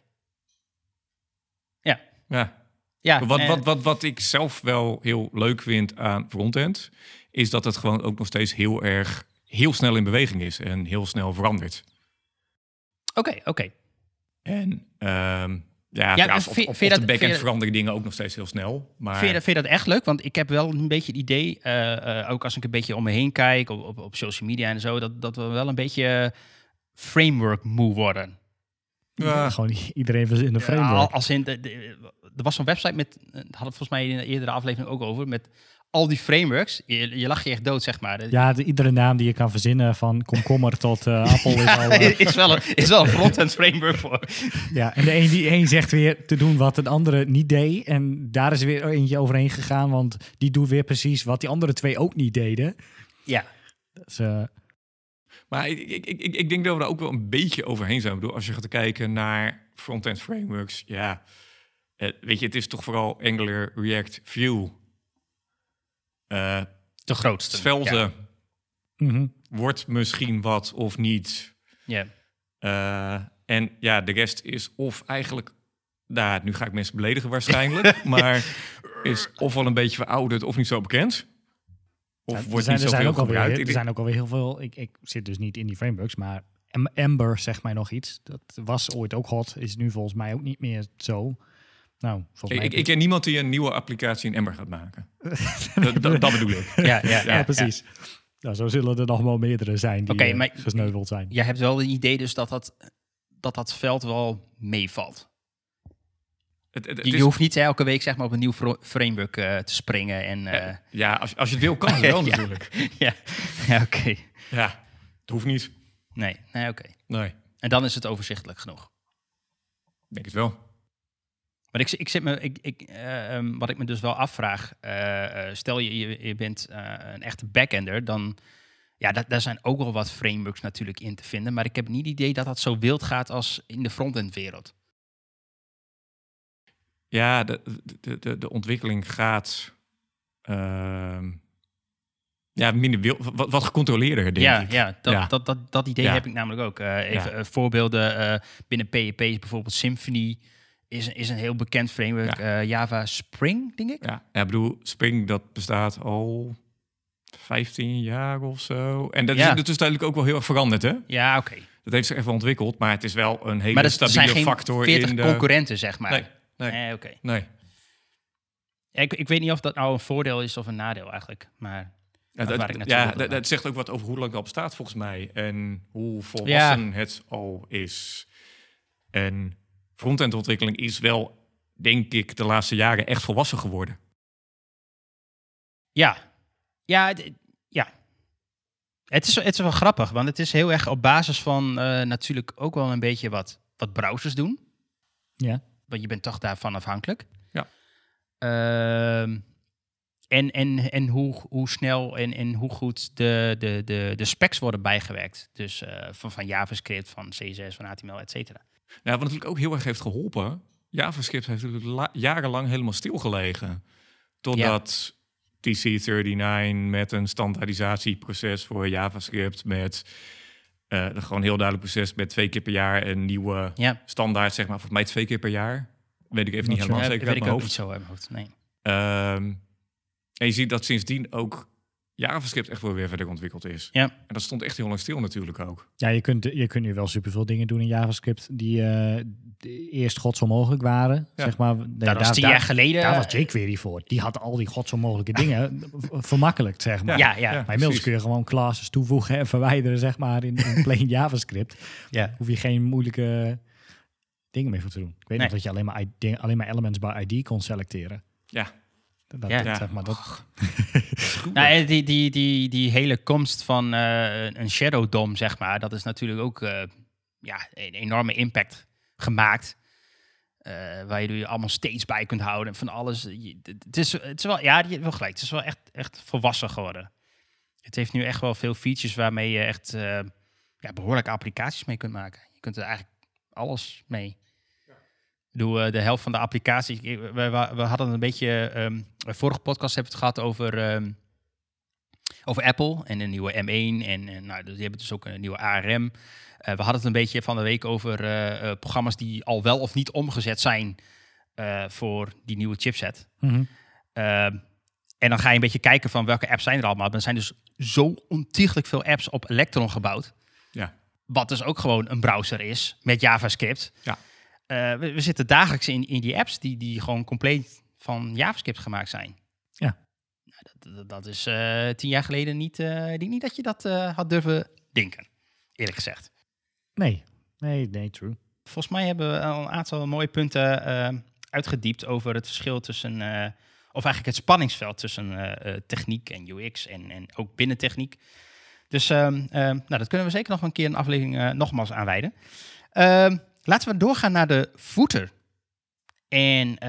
[SPEAKER 1] Ja.
[SPEAKER 2] Ja,
[SPEAKER 1] Wat,
[SPEAKER 2] eh,
[SPEAKER 1] wat, wat, wat ik zelf wel heel leuk vind aan frontend... is dat het gewoon ook nog steeds heel erg... heel snel in beweging is en heel snel verandert.
[SPEAKER 2] Oké, oké.
[SPEAKER 1] En ehm, ja,
[SPEAKER 2] Ja,
[SPEAKER 1] trouwens,
[SPEAKER 2] en
[SPEAKER 1] op,
[SPEAKER 2] vind-
[SPEAKER 1] op, op
[SPEAKER 2] vind
[SPEAKER 1] de
[SPEAKER 2] je dat-
[SPEAKER 1] backend
[SPEAKER 2] vind je-
[SPEAKER 1] veranderen dingen ook nog steeds heel snel. Maar
[SPEAKER 2] Vind je, dat, vind je dat echt leuk? Want ik heb wel een beetje het idee, eh, eh, ook als ik een beetje om me heen kijk, op, op, op social media en zo, dat, dat we wel een beetje eh, framework moe worden.
[SPEAKER 1] ja,
[SPEAKER 3] Gewoon iedereen verzint een
[SPEAKER 2] Ja,
[SPEAKER 3] framework.
[SPEAKER 2] als in de, de- er was zo'n website met, eh, hadden we volgens mij in een eerdere aflevering ook over, met al die frameworks. Je, je lacht je echt dood, zeg maar.
[SPEAKER 3] Ja, de, iedere naam die je kan verzinnen, van komkommer tot eh, appel, is al... eh,
[SPEAKER 2] is wel een, is wel een front-end framework voor.
[SPEAKER 3] ja, en de een, die een zegt weer te doen wat een andere niet deed. En daar is weer eentje overheen gegaan, want die doet weer precies wat die andere twee ook niet deden.
[SPEAKER 2] Ja,
[SPEAKER 3] Dus, eh,
[SPEAKER 1] maar ik, ik, ik, ik ik denk dat we daar ook wel een beetje overheen zijn. Ik bedoel, als je gaat kijken naar front-end frameworks... ja, eh, weet je, het is toch vooral Angular, React, Vue... Eh,
[SPEAKER 2] de grootste.
[SPEAKER 1] Hetzelfde
[SPEAKER 2] Ja.
[SPEAKER 3] mhm.
[SPEAKER 1] wordt misschien wat of niet.
[SPEAKER 2] Ja.
[SPEAKER 1] Eh, en ja, de rest is of eigenlijk... Nou, nu ga ik mensen beledigen waarschijnlijk. Maar is ofwel een beetje verouderd of niet zo bekend. Of
[SPEAKER 3] Ja, er
[SPEAKER 1] wordt
[SPEAKER 3] zijn,
[SPEAKER 1] niet
[SPEAKER 3] er zijn
[SPEAKER 1] zoveel
[SPEAKER 3] ook alweer,
[SPEAKER 1] gebruikt.
[SPEAKER 3] er
[SPEAKER 1] Ik-
[SPEAKER 3] zijn ook alweer heel veel... Ik, ik zit dus niet in die frameworks, maar Em- Ember zegt mij nog iets. Dat was ooit ook hot, is nu volgens mij ook niet meer zo. Nou, volgens
[SPEAKER 1] Ik,
[SPEAKER 3] mij...
[SPEAKER 1] ik, ik ken niemand die een nieuwe applicatie in Ember gaat maken. dat, dat, dat bedoel ik.
[SPEAKER 2] Ja, ja, ja,
[SPEAKER 3] ja, precies. Nou, zo zullen er nog wel meerdere zijn die
[SPEAKER 2] Oké,
[SPEAKER 3] eh,
[SPEAKER 2] maar-
[SPEAKER 3] gesneuveld zijn.
[SPEAKER 2] Jij hebt wel het idee dus dat dat, dat, dat veld wel meevalt.
[SPEAKER 1] Het, het, het
[SPEAKER 2] Je, je
[SPEAKER 1] is-
[SPEAKER 2] hoeft niet elke week zeg maar, op een nieuw fro- framework eh, te springen. En, eh,
[SPEAKER 1] ja, als, als je het wil, kan het wel
[SPEAKER 2] Ja.
[SPEAKER 1] natuurlijk.
[SPEAKER 2] ja, ja oké.
[SPEAKER 1] Ja, het hoeft niet.
[SPEAKER 2] Nee, nee oké.
[SPEAKER 1] Nee,
[SPEAKER 2] En dan is het overzichtelijk genoeg.
[SPEAKER 1] ik denk het wel.
[SPEAKER 2] Maar ik, ik zit me, ik, ik, eh, ehm, wat ik me dus wel afvraag, eh, eh, stel je, je, je bent eh, een echte backender, dan ja, da- daar zijn ook wel wat frameworks natuurlijk in te vinden, maar ik heb niet het idee dat dat zo wild gaat als in de frontend wereld.
[SPEAKER 1] Ja, de, de, de, de ontwikkeling gaat ehm, ja, minder wil, wat, wat gecontroleerder, denk
[SPEAKER 2] Ja,
[SPEAKER 1] ik.
[SPEAKER 2] ja, dat,
[SPEAKER 1] Ja.
[SPEAKER 2] Dat, dat, dat idee
[SPEAKER 1] Ja.
[SPEAKER 2] heb ik namelijk ook. Eh, even
[SPEAKER 1] Ja.
[SPEAKER 2] eh, voorbeelden eh, binnen P H P is bijvoorbeeld Symfony, is, een- is een heel bekend framework.
[SPEAKER 1] Ja.
[SPEAKER 2] Eh, Java Spring, denk ik.
[SPEAKER 1] Ja, ja, ik bedoel, Spring dat bestaat al vijftien jaar of zo. En dat,
[SPEAKER 2] Ja.
[SPEAKER 1] is, dat is duidelijk ook wel heel erg veranderd, hè?
[SPEAKER 2] Ja, oké.
[SPEAKER 1] Dat heeft zich even ontwikkeld, maar het is wel een hele
[SPEAKER 2] Maar er zijn
[SPEAKER 1] stabiele
[SPEAKER 2] geen
[SPEAKER 1] factor
[SPEAKER 2] veertig
[SPEAKER 1] in de...
[SPEAKER 2] concurrenten, zeg maar.
[SPEAKER 1] Nee, nee,
[SPEAKER 2] Nee, oké.
[SPEAKER 1] nee.
[SPEAKER 2] Ja, ik, ik weet niet of dat nou een voordeel is of een nadeel eigenlijk. Maar
[SPEAKER 1] Ja,
[SPEAKER 2] Dat
[SPEAKER 1] dat,
[SPEAKER 2] waar ik naartoe
[SPEAKER 1] ja,
[SPEAKER 2] wilde.
[SPEAKER 1] dat, dat zegt ook wat over hoe lang het al bestaat, volgens mij. En hoe volwassen het al is. En frontendontwikkeling is wel, denk ik, de laatste jaren echt volwassen geworden.
[SPEAKER 2] ja, ja, d- ja. Het is, het is wel grappig, want het is heel erg op basis van eh, natuurlijk ook wel een beetje wat, wat browsers doen.
[SPEAKER 3] Ja.
[SPEAKER 2] Want je bent toch daarvan afhankelijk.
[SPEAKER 1] Ja.
[SPEAKER 2] Ehm, en en, en hoe, hoe snel en, en hoe goed de, de, de, de specs worden bijgewerkt. Dus uh, van, van JavaScript, van C S S, van H T M L, et cetera.
[SPEAKER 1] Ja, wat natuurlijk ook heel erg heeft geholpen. JavaScript heeft natuurlijk la- jarenlang helemaal stilgelegen. Totdat ja. T C negenendertig met een standaardisatieproces voor JavaScript... met uh, gewoon een heel duidelijk proces met twee keer per jaar een nieuwe ja. standaard, zeg maar. Volgens mij twee keer per jaar. Weet ik even niet helemaal zeker uit mijn hoofd.
[SPEAKER 2] Niet zo uit mijn hoofd, nee.
[SPEAKER 1] Um, en je ziet dat sindsdien ook JavaScript echt wel weer verder ontwikkeld is.
[SPEAKER 2] Ja.
[SPEAKER 1] En dat stond echt heel lang stil natuurlijk ook.
[SPEAKER 3] Ja, je kunt, je kunt nu wel superveel dingen doen in JavaScript die uh, eerst godsonmogelijk waren.
[SPEAKER 2] Ja.
[SPEAKER 3] Zeg maar.
[SPEAKER 2] Dat daar, was tien daar, jaar geleden.
[SPEAKER 3] Daar was jQuery voor. Die had al die godsonmogelijke dingen vermakkelijkt, zeg maar.
[SPEAKER 2] Ja, ja,
[SPEAKER 3] ja, maar inmiddels kun je gewoon classes toevoegen en verwijderen, zeg maar, in, in plain JavaScript.
[SPEAKER 2] Ja.
[SPEAKER 3] Hoef je geen moeilijke dingen mee voor te doen. Ik weet
[SPEAKER 2] nee.
[SPEAKER 3] nog dat je alleen maar, I D, alleen maar elements by I D kon selecteren.
[SPEAKER 1] Ja.
[SPEAKER 3] Dat,
[SPEAKER 2] ja.
[SPEAKER 3] dat, zeg maar, dat.
[SPEAKER 2] Nou, die, die, die, die hele komst van uh, een Shadow D O M, zeg maar, dat is natuurlijk ook uh, ja, een enorme impact gemaakt. Uh, waar je je allemaal steeds bij kunt houden. Van alles. Het is, het is wel, ja, je hebt wel gelijk. Het is wel echt, echt volwassen geworden. Het heeft nu echt wel veel features waarmee je echt uh, ja, behoorlijke applicaties mee kunt maken. Je kunt er eigenlijk alles mee. Ik bedoel, uh, de helft van de applicaties... We, we, we hadden een beetje... Um, de vorige podcast hebben we het gehad over, um, over Apple en een nieuwe M één. En, en nou, die hebben dus ook een nieuwe A R M. Uh, we hadden het een beetje van de week over uh, uh, programma's die al wel of niet omgezet zijn uh, voor die nieuwe chipset.
[SPEAKER 3] Mm-hmm.
[SPEAKER 2] Uh, en dan ga je een beetje kijken van welke apps zijn er allemaal. Er zijn dus zo ontiegelijk veel apps op Electron gebouwd.
[SPEAKER 1] Ja.
[SPEAKER 2] Wat dus ook gewoon een browser is met JavaScript.
[SPEAKER 1] Ja.
[SPEAKER 2] Uh, we, we zitten dagelijks in, in die apps die, die gewoon compleet van JavaScript gemaakt zijn.
[SPEAKER 3] Ja.
[SPEAKER 2] Nou, dat, dat, dat is uh, tien jaar geleden niet... Uh, ik denk niet dat je dat uh, had durven denken, eerlijk gezegd.
[SPEAKER 3] Nee, nee, nee, true.
[SPEAKER 2] Volgens mij hebben we al een aantal mooie punten uh, uitgediept over het verschil tussen... Uh, of eigenlijk het spanningsveld tussen uh, uh, techniek en U X en, en ook binnen techniek. Dus uh, uh, nou, dat kunnen we zeker nog een keer een aflevering uh, nogmaals aanwijden. Uh, Laten we doorgaan naar de footer. En, uh,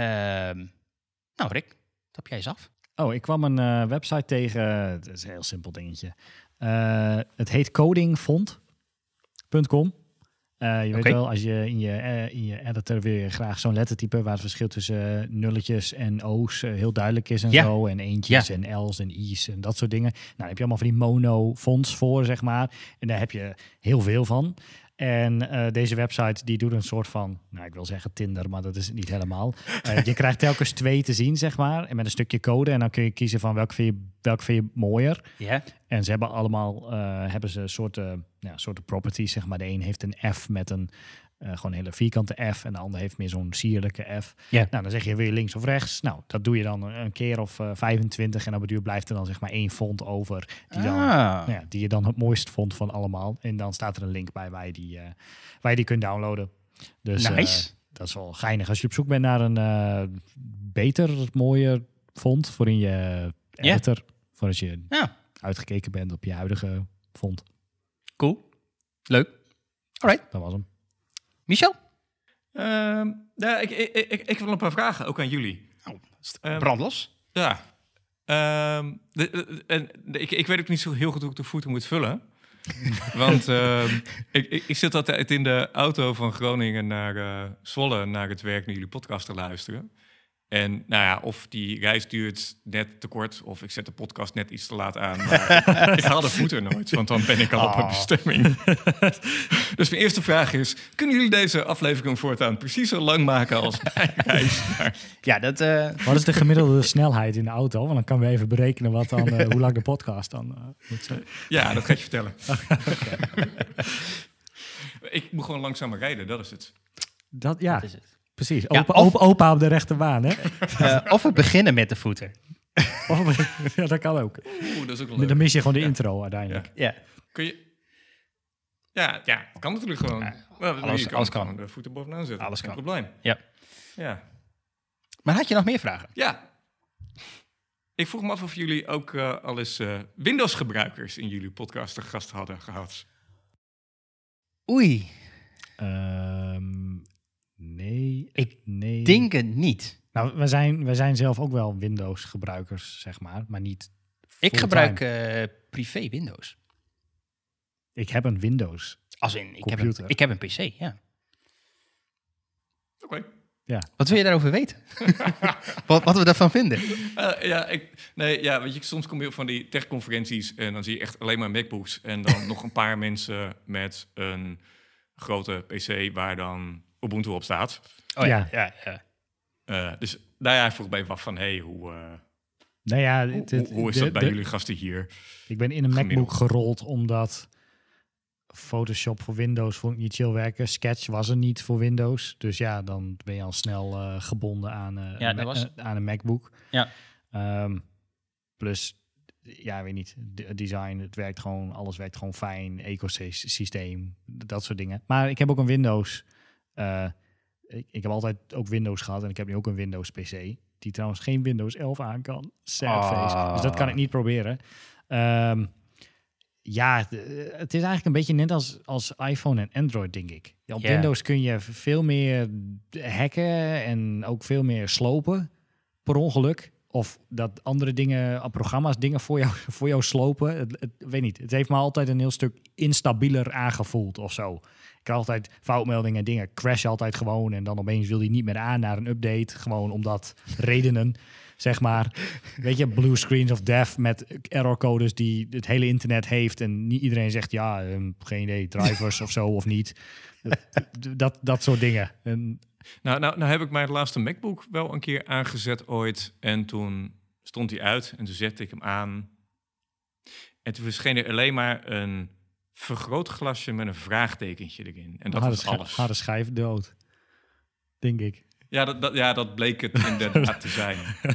[SPEAKER 2] nou Rick, tap jij eens af.
[SPEAKER 3] Oh, ik kwam een uh, website tegen. Het is een heel simpel dingetje. Uh, het heet codingfont punt com. Uh, je weet okay. wel, als je in je, uh, in je editor wil je graag zo'n lettertype waar het verschil tussen uh, nulletjes en O's uh, heel duidelijk is en ja. zo. En eentjes ja. en L's en I's en dat soort dingen. Nou, daar heb je allemaal van die mono-fonts voor, zeg maar. En daar heb je heel veel van. En uh, deze website die doet een soort van, nou ik wil zeggen Tinder, maar dat is het niet helemaal. Uh, je krijgt telkens twee te zien, zeg maar, en met een stukje code. En dan kun je kiezen van welke vind je, welke vind je mooier.
[SPEAKER 2] Yeah.
[SPEAKER 3] En ze hebben allemaal uh, hebben ze soorten, ja, soorten properties, zeg maar. De een heeft een F met een uh, gewoon een hele vierkante F en de ander heeft meer zo'n sierlijke F.
[SPEAKER 2] Yeah.
[SPEAKER 3] Nou, dan zeg je wil je links of rechts. Nou, dat doe je dan een keer of uh, vijfentwintig en op het duur blijft er dan zeg maar één font over die, dan,
[SPEAKER 2] ah.
[SPEAKER 3] nou ja, die je dan het mooist vond van allemaal. En dan staat er een link bij waar je die, uh, waar je die kunt downloaden. Dus
[SPEAKER 2] nice.
[SPEAKER 3] Uh, dat is wel geinig als je op zoek bent naar een uh, beter, mooier font voor in je editor. Yeah. Voor als je
[SPEAKER 2] ja.
[SPEAKER 3] uitgekeken bent op je huidige font.
[SPEAKER 2] Cool. Leuk. Alright.
[SPEAKER 3] Dat was hem.
[SPEAKER 2] Michel?
[SPEAKER 1] Um, ja, ik, ik, ik, ik wil een paar vragen, ook aan jullie.
[SPEAKER 2] Oh, um, brandlos.
[SPEAKER 1] Ja. Um, de, de, de, de, ik, ik weet ook niet zo heel goed hoe ik de voeten moet vullen. Want um, ik, ik, ik zit altijd in de auto van Groningen naar uh, Zwolle, naar het werk, naar jullie podcast te luisteren. En nou ja, of die reis duurt net te kort, of ik zet de podcast net iets te laat aan. Maar ik haal de voeten nooit, want dan ben ik al oh. op mijn bestemming. Dus mijn eerste vraag is, kunnen jullie deze aflevering voortaan precies zo lang maken als mijn reis? Naar...
[SPEAKER 2] Ja, dat... Uh...
[SPEAKER 3] Wat is de gemiddelde snelheid in de auto? Want dan kunnen we even berekenen wat dan, uh, hoe lang de podcast dan uh, moet zijn.
[SPEAKER 1] Ja, dat ga ik je vertellen. Ik moet gewoon langzamer rijden, dat is het.
[SPEAKER 3] Dat, ja.
[SPEAKER 2] Dat is het.
[SPEAKER 3] Precies, opa, ja, of, opa op de rechterbaan, hè?
[SPEAKER 2] Uh, of we beginnen met de voeten.
[SPEAKER 3] Of, ja, dat kan ook.
[SPEAKER 1] Oeh, dat is ook wel leuk.
[SPEAKER 3] Dan mis je gewoon de
[SPEAKER 1] ja.
[SPEAKER 3] intro uiteindelijk.
[SPEAKER 2] Ja.
[SPEAKER 1] Kun je... Ja, ja, kan natuurlijk gewoon.
[SPEAKER 2] Ja,
[SPEAKER 1] well,
[SPEAKER 2] alles,
[SPEAKER 1] kan
[SPEAKER 2] alles kan.
[SPEAKER 1] De voeten bovenaan zetten.
[SPEAKER 2] Alles
[SPEAKER 1] Geen
[SPEAKER 2] kan.
[SPEAKER 1] probleem.
[SPEAKER 2] Ja.
[SPEAKER 1] Ja.
[SPEAKER 2] Maar had je nog meer vragen?
[SPEAKER 1] Ja. Ik vroeg me af of jullie ook uh, al eens uh, Windows-gebruikers in jullie podcast te gast hadden gehad.
[SPEAKER 2] Oei.
[SPEAKER 3] Um, nee.
[SPEAKER 2] Ik
[SPEAKER 3] nee.
[SPEAKER 2] denk het niet.
[SPEAKER 3] Nou, we zijn, we zijn zelf ook wel Windows-gebruikers, zeg maar, maar niet
[SPEAKER 2] Ik gebruik uh, privé Windows.
[SPEAKER 3] Ik heb een Windows
[SPEAKER 2] Als in, ik heb,
[SPEAKER 3] computer.
[SPEAKER 2] een, ik heb een P C, ja.
[SPEAKER 1] Oké. Okay.
[SPEAKER 3] Ja.
[SPEAKER 2] Wat wil je daarover weten? wat, wat we daarvan vinden?
[SPEAKER 1] Uh, ja, ik, nee, ja, weet je, soms kom je op van die techconferenties en dan zie je echt alleen maar MacBooks en dan nog een paar mensen met een grote P C waar dan Ubuntu op staat.
[SPEAKER 2] Oh ja, ja, ja.
[SPEAKER 1] Uh, dus nou ja, ik vroeg mij af van, hey, hoe, uh,
[SPEAKER 3] nou ja,
[SPEAKER 1] hoe,
[SPEAKER 3] het, het,
[SPEAKER 1] hoe, hoe is
[SPEAKER 3] de,
[SPEAKER 1] dat bij
[SPEAKER 3] de,
[SPEAKER 1] jullie gasten hier?
[SPEAKER 3] Ik ben in een
[SPEAKER 1] Gemiddeld.
[SPEAKER 3] MacBook gerold omdat Photoshop voor Windows vond ik niet chill werken. Sketch was er niet voor Windows. Dus ja, dan ben je al snel uh, gebonden aan, uh,
[SPEAKER 2] ja,
[SPEAKER 3] een,
[SPEAKER 2] dat was...
[SPEAKER 3] uh, aan een MacBook.
[SPEAKER 2] Ja.
[SPEAKER 3] Um, plus, ja, weet niet, het design, het werkt gewoon, alles werkt gewoon fijn, ecosysteem, dat soort dingen. Maar ik heb ook een Windows. Uh, ik, ik heb altijd ook Windows gehad en ik heb nu ook een Windows P C. Die trouwens geen Windows elf aan kan. Sad face.
[SPEAKER 2] Oh.
[SPEAKER 3] Dus dat kan ik niet proberen. Um, Ja, het is eigenlijk een beetje net als, als iPhone en Android, denk ik. Ja, op yeah. Windows kun je veel meer hacken en ook veel meer slopen per ongeluk. Of dat andere dingen, programma's dingen voor jou, voor jou slopen. Het, het, weet niet, het heeft me altijd een heel stuk instabieler aangevoeld of zo. Ik krijg altijd foutmeldingen en dingen. Crash altijd gewoon en dan opeens wil hij niet meer aan naar een update. Gewoon omdat redenen... Zeg maar, weet je, blue screens of death met errorcodes die het hele internet heeft. En niet iedereen zegt, ja, um, geen idee, drivers of zo of niet. Dat, dat soort dingen. En
[SPEAKER 1] nou, nou, nou heb ik mijn laatste MacBook wel een keer aangezet ooit. En toen stond hij uit en toen zette ik hem aan. En toen verscheen er alleen maar een vergrootglasje met een vraagtekentje erin. En dat
[SPEAKER 3] harde
[SPEAKER 1] was alles.
[SPEAKER 3] Harde schijf dood, denk ik.
[SPEAKER 1] Ja, dat, dat, ja, dat bleek het inderdaad te zijn.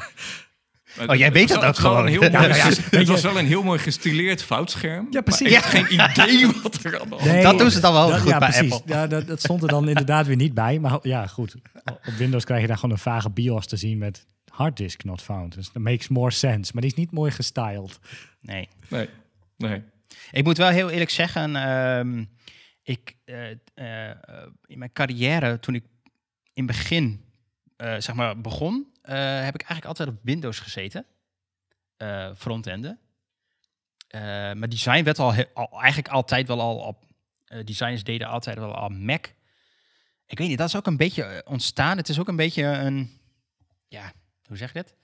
[SPEAKER 1] Maar
[SPEAKER 2] oh, jij weet dat ook gewoon.
[SPEAKER 1] Heel mooi, ja, ja. Het was wel een heel mooi gestileerd foutscherm.
[SPEAKER 3] Ja, precies.
[SPEAKER 1] Maar ik heb geen idee wat er aan de hand
[SPEAKER 2] nee, dat doen ze dan wel dat, goed
[SPEAKER 3] ja,
[SPEAKER 2] bij
[SPEAKER 3] precies.
[SPEAKER 2] Apple.
[SPEAKER 3] Ja, dat, dat stond er dan inderdaad weer niet bij. Maar ja, goed. Op Windows krijg je daar gewoon een vage BIOS te zien met hard disk not found. Dus that makes more sense. Maar die is niet mooi gestyled.
[SPEAKER 2] Nee.
[SPEAKER 1] Nee, nee.
[SPEAKER 2] Ik moet wel heel eerlijk zeggen... Um, ik, uh, uh, in mijn carrière, toen ik in het begin... Uh, zeg maar begon, uh, heb ik eigenlijk altijd op Windows gezeten. Uh, frontenden. Uh, maar design werd al, he- al eigenlijk altijd wel al op... Uh, designers deden altijd wel al Mac. Ik weet niet, dat is ook een beetje ontstaan. Het is ook een beetje een... Ja, hoe zeg je dat?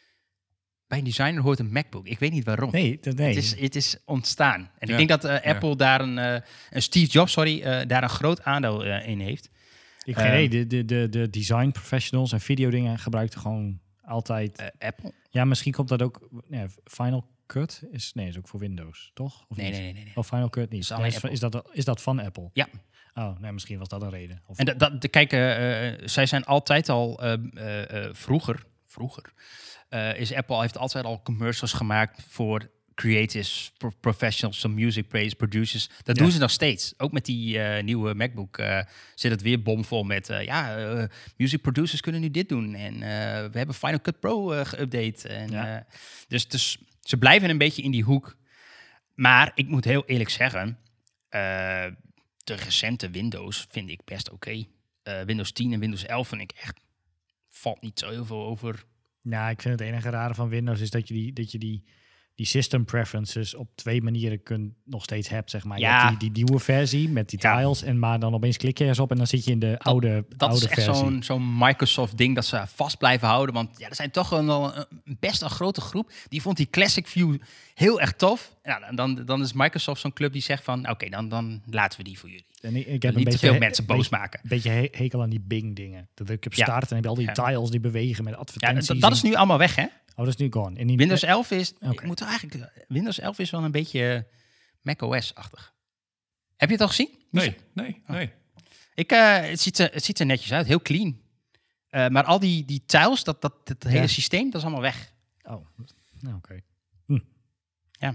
[SPEAKER 2] Bij een designer hoort een MacBook. Ik weet niet waarom.
[SPEAKER 3] Nee, dat, nee.
[SPEAKER 2] Het, is, het is ontstaan. En
[SPEAKER 1] ja.
[SPEAKER 2] ik denk dat uh, Apple ja. daar een... Uh, een Steve Jobs, sorry, uh, daar een groot aandeel uh, in heeft.
[SPEAKER 3] Ik weet niet, de, de, de, de design professionals en videodingen gebruikten gewoon altijd...
[SPEAKER 2] Uh, Apple?
[SPEAKER 3] Ja, misschien komt dat ook... Nee, Final Cut is... Nee, is ook voor Windows, toch? Of
[SPEAKER 2] nee,
[SPEAKER 3] niet?
[SPEAKER 2] nee, nee, nee.
[SPEAKER 3] Of Final Cut niet?
[SPEAKER 2] Is,
[SPEAKER 3] nee, is, is, dat, is dat van Apple?
[SPEAKER 2] Ja.
[SPEAKER 3] Oh, nee, misschien was dat een reden. Of...
[SPEAKER 2] En dat, dat, kijk, uh, zij zijn altijd al uh, uh, uh, vroeger... Vroeger... Uh, is Apple heeft altijd al commercials gemaakt voor... creatives, pro- professionals, some music praise, producers. Dat ja. doen ze nog steeds. Ook met die uh, nieuwe MacBook uh, zit het weer bomvol met... Uh, ja, uh, music producers kunnen nu dit doen. En uh, we hebben Final Cut Pro uh, geüpdate. En, ja. uh, dus, dus ze blijven een beetje in die hoek. Maar ik moet heel eerlijk zeggen... Uh, de recente Windows vind ik best oké. Okay. Uh, Windows tien en Windows elf vind ik echt... valt niet zo heel veel over...
[SPEAKER 3] Nou, ik vind het enige rare van Windows is dat je die... Dat je die die system preferences op twee manieren kunt nog steeds hebt, zeg maar.
[SPEAKER 2] Ja.
[SPEAKER 3] Je hebt die, die nieuwe versie met die
[SPEAKER 2] ja.
[SPEAKER 3] tiles en maar dan opeens klik je eens op en dan zit je in de
[SPEAKER 2] dat,
[SPEAKER 3] oude
[SPEAKER 2] dat
[SPEAKER 3] oude
[SPEAKER 2] is echt
[SPEAKER 3] versie.
[SPEAKER 2] zo'n, zo'n Microsoft ding dat ze vast blijven houden, want ja, er zijn toch een, een, best een grote groep die vond die Classic View heel erg tof. Ja, dan, dan is Microsoft zo'n club die zegt van, oké, okay, dan, dan laten we die voor jullie.
[SPEAKER 3] En ik, ik heb
[SPEAKER 2] niet
[SPEAKER 3] een
[SPEAKER 2] te
[SPEAKER 3] beetje
[SPEAKER 2] veel mensen boos
[SPEAKER 3] beetje,
[SPEAKER 2] maken.
[SPEAKER 3] Een beetje he- hekel aan die Bing dingen. Dat ik heb start ja. en heb je al die ja. tiles die bewegen met advertenties.
[SPEAKER 2] Ja, dat, dat is nu allemaal weg, hè?
[SPEAKER 3] Oh, dat is nu gone. En die
[SPEAKER 2] Windows elf is,
[SPEAKER 3] okay.
[SPEAKER 2] ik moet eigenlijk, Windows elf is wel een beetje macOS-achtig. Heb je het al gezien?
[SPEAKER 1] Nee, nee, nee.
[SPEAKER 2] Oh. Ik, uh, het, ziet er, het ziet er netjes uit, heel clean. Uh, maar al die, die tiles, dat, dat, dat hele ja. systeem, dat is allemaal weg.
[SPEAKER 3] Oh, nou, oké. Okay. Hm.
[SPEAKER 2] Ja.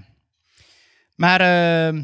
[SPEAKER 2] Maar, uh,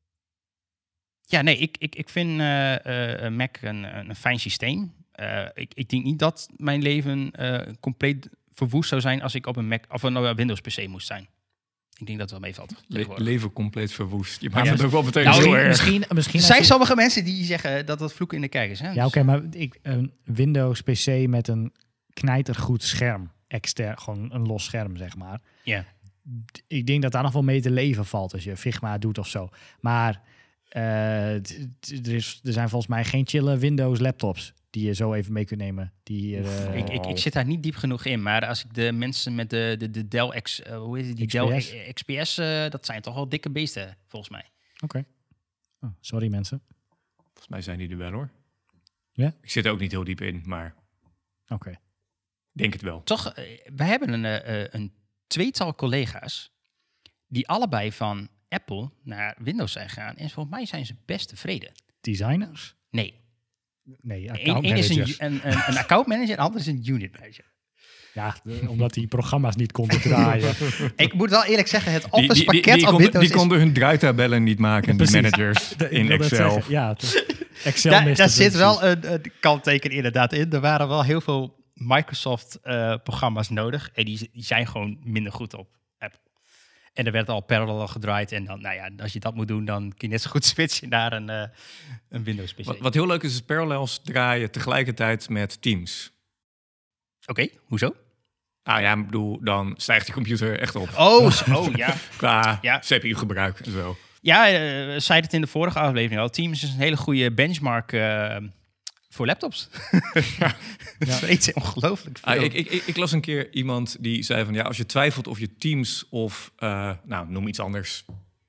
[SPEAKER 2] ja, nee, ik, ik, ik vind uh, uh, Mac een, een fijn systeem. Uh, ik, ik denk niet dat mijn leven uh, compleet verwoest zou zijn als ik op een Mac of een Windows P C moest zijn. Ik denk dat het wel meevalt.
[SPEAKER 1] Le- leven compleet verwoest. Je maakt
[SPEAKER 2] ja,
[SPEAKER 1] het ook wel meteen
[SPEAKER 2] nou,
[SPEAKER 1] zo
[SPEAKER 2] misschien,
[SPEAKER 1] erg.
[SPEAKER 3] Misschien, misschien
[SPEAKER 2] er zijn
[SPEAKER 3] je...
[SPEAKER 2] sommige mensen die zeggen dat dat vloeken in de kijkers. Hè?
[SPEAKER 3] Ja, oké, okay, maar ik, een Windows P C met een knijtergoed scherm. Extern, gewoon een los scherm, zeg maar.
[SPEAKER 2] Ja.
[SPEAKER 3] Ik denk dat daar nog wel mee te leven valt als je Figma doet of zo. Maar uh, t- t- er, is, er zijn volgens mij geen chille Windows laptops die je zo even mee kunt nemen. Die, uh,
[SPEAKER 2] Ik, ik, ik zit daar niet diep genoeg in, maar als ik de mensen met de, de, de Dell X, uh, hoe heet het, die
[SPEAKER 3] X P S?
[SPEAKER 2] Dell X P S, uh, dat zijn toch wel dikke beesten, volgens mij.
[SPEAKER 3] Oké. Okay. Oh, sorry mensen.
[SPEAKER 1] Volgens mij zijn die er wel hoor.
[SPEAKER 3] Ja?
[SPEAKER 1] Ik zit er ook niet heel diep in, maar
[SPEAKER 3] Oké. Okay.
[SPEAKER 1] denk het wel.
[SPEAKER 2] Toch, uh, we hebben een, uh, een tweetal collega's die allebei van Apple naar Windows zijn gegaan. En volgens mij zijn ze best tevreden.
[SPEAKER 3] Designers?
[SPEAKER 2] Nee.
[SPEAKER 3] Nee,
[SPEAKER 2] Eén is een, een, een, een accountmanager en de ander is een unit manager.
[SPEAKER 3] Ja, de, omdat die programma's niet konden draaien.
[SPEAKER 2] Ik moet wel eerlijk zeggen, het
[SPEAKER 1] Die,
[SPEAKER 2] Office
[SPEAKER 1] die, die,
[SPEAKER 2] pakket
[SPEAKER 1] die,
[SPEAKER 2] op
[SPEAKER 1] konden,
[SPEAKER 2] Windows
[SPEAKER 1] die konden hun draaitabellen niet maken, die managers
[SPEAKER 3] De,
[SPEAKER 1] in Excel.
[SPEAKER 3] Ja, het, Excel
[SPEAKER 2] Daar, daar zit wel een, een kantteken inderdaad in. Er waren wel heel veel Microsoft-programma's uh, nodig. En die, die zijn gewoon minder goed op Apple. En er werd al parallel gedraaid. En dan, nou ja, als je dat moet doen, dan kun je net zo goed switchen naar een, uh, een Windows-P C.
[SPEAKER 1] Wat, wat heel leuk is, is Parallels draaien tegelijkertijd met Teams.
[SPEAKER 2] Oké, okay, hoezo?
[SPEAKER 1] Ah ja, ik bedoel, dan stijgt je computer echt op.
[SPEAKER 2] Oh, zo, ja.
[SPEAKER 1] Qua
[SPEAKER 2] ja.
[SPEAKER 1] C P U-gebruik en zo.
[SPEAKER 2] Ja, uh, we zeiden het in de vorige aflevering al. Teams is een hele goede benchmark uh, voor laptops. ja. Dat weet je ongelooflijk veel.
[SPEAKER 1] Ah, ik, ik, ik las een keer iemand die zei van... ja, als je twijfelt of je Teams of... Uh, nou, noem iets anders.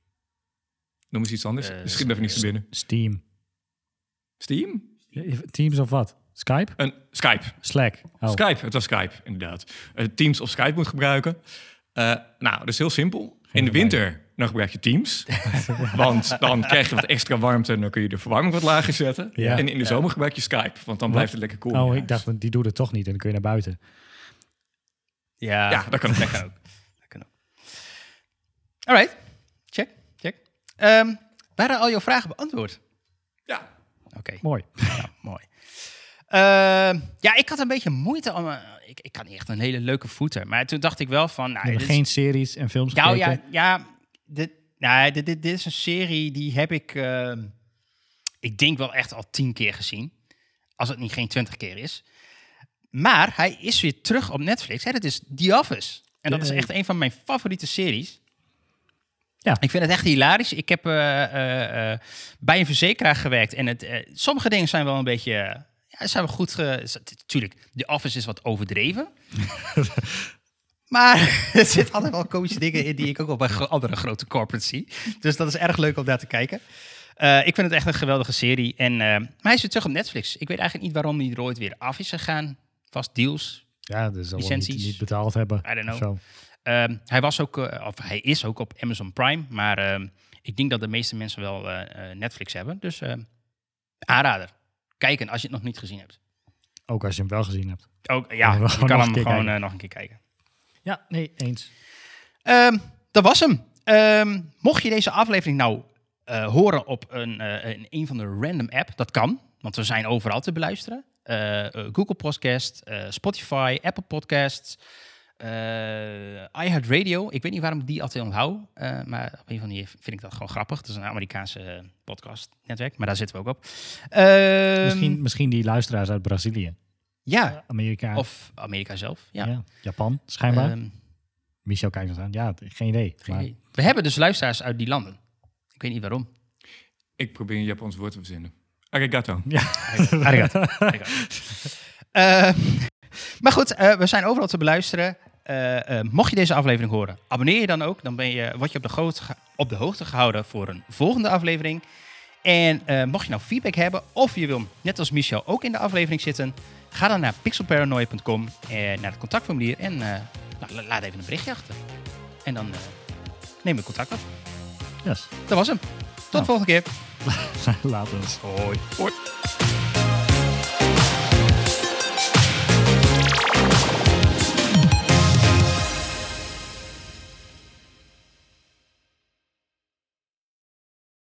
[SPEAKER 1] Noem eens iets anders. Uh, Schiet me even niets te binnen.
[SPEAKER 3] Steam.
[SPEAKER 1] Steam?
[SPEAKER 3] Teams of wat? Skype?
[SPEAKER 1] Een Skype.
[SPEAKER 3] Slack.
[SPEAKER 1] Oh. Skype, het was Skype, inderdaad. Uh, Teams of Skype moet gebruiken. Uh, nou, dat is heel simpel. In de winter, dan gebruik je Teams. Want dan krijg je wat extra warmte en dan kun je de verwarming wat lager zetten. Ja. En in de ja. zomer gebruik je Skype, want dan blijft het lekker koel.
[SPEAKER 3] Cool. Oh, ik dacht, die doet het toch niet en dan kun je naar buiten.
[SPEAKER 2] Ja,
[SPEAKER 1] ja dat kan ook.
[SPEAKER 2] Dat kan ook. Dat kan ook. All right, check, check. Um, waren al jouw vragen beantwoord?
[SPEAKER 1] Ja.
[SPEAKER 2] Oké. Okay.
[SPEAKER 3] Mooi.
[SPEAKER 2] Ja, mooi. Uh, ja, ik had een beetje moeite om... Uh, ik, ik had niet echt een hele leuke footer. Maar toen dacht ik wel van... Nou,
[SPEAKER 3] dit geen is... series en films
[SPEAKER 2] nou,
[SPEAKER 3] gekeken?
[SPEAKER 2] Ja, ja dit, nou, dit, dit, dit is een serie die heb ik... Uh, ik denk wel echt al tien keer gezien. Als het niet geen twintig keer is. Maar hij is weer terug op Netflix. Hè, dat is The Office. En dat is echt een van mijn favoriete series. Ja. Ik vind het echt hilarisch. Ik heb uh, uh, uh, bij een verzekeraar gewerkt. En het, uh, sommige dingen zijn wel een beetje... Uh, ja, zijn we goed... Ge- Tuurlijk, The Office is wat overdreven. Maar er zitten altijd wel komische dingen in die ik ook wel bij gro- andere grote corporates zie. Dus dat is erg leuk om daar te kijken. Uh, ik vind het echt een geweldige serie. En, uh, maar hij is weer terug op Netflix. Ik weet eigenlijk niet waarom hij er ooit weer af is gegaan. Vast deals.
[SPEAKER 3] Ja, dat zal wel niet, niet betaald hebben.
[SPEAKER 2] I don't know. Uh, hij was ook, uh, of hij is ook op Amazon Prime. Maar uh, ik denk dat de meeste mensen wel uh, Netflix hebben. Dus uh, aanrader. Kijken als je het nog niet gezien hebt.
[SPEAKER 3] Ook als je hem wel gezien hebt.
[SPEAKER 2] Ook, ja, je kan hem gewoon uh, nog een keer kijken.
[SPEAKER 3] Ja, nee, eens.
[SPEAKER 2] Um, dat was hem. Um, mocht je deze aflevering nou uh, horen op een, uh, in een van de random app, dat kan. Want we zijn overal te beluisteren. Uh, uh, Google Podcast, uh, Spotify, Apple Podcasts, uh, iHeartRadio. Ik weet niet waarom ik die altijd onthoud. Uh, maar op een van die vind ik dat gewoon grappig. Het is een Amerikaanse uh, podcastnetwerk, maar daar zitten we ook op. Uh,
[SPEAKER 3] misschien, misschien die luisteraars uit Brazilië.
[SPEAKER 2] Ja,
[SPEAKER 3] Amerika.
[SPEAKER 2] Of Amerika zelf. Ja.
[SPEAKER 3] Ja, Japan, schijnbaar.
[SPEAKER 2] Um,
[SPEAKER 3] Michel kijkt ons aan. Ja, geen idee.
[SPEAKER 2] Geen
[SPEAKER 3] maar...
[SPEAKER 2] idee. We hebben dus luisteraars uit die landen. Ik weet niet waarom.
[SPEAKER 1] Ik probeer een Japans woord te verzinnen. Arigato.
[SPEAKER 3] Ja.
[SPEAKER 2] Arigato. Arigato. Uh, maar goed, uh, we zijn overal te beluisteren. Uh, uh, mocht je deze aflevering horen, abonneer je dan ook. Dan ben je, word je op de, groot, op de hoogte gehouden voor een volgende aflevering. En uh, mocht je nou feedback hebben of je wil net als Michel ook in de aflevering zitten, ga dan naar pixelparanoia punt com en naar het contactformulier en uh, nou, laat even een berichtje achter. En dan uh, nemen we contact op.
[SPEAKER 3] Yes.
[SPEAKER 2] Dat was hem. Tot nou. de volgende keer.
[SPEAKER 3] Later.
[SPEAKER 2] Hoi.
[SPEAKER 1] Hoi.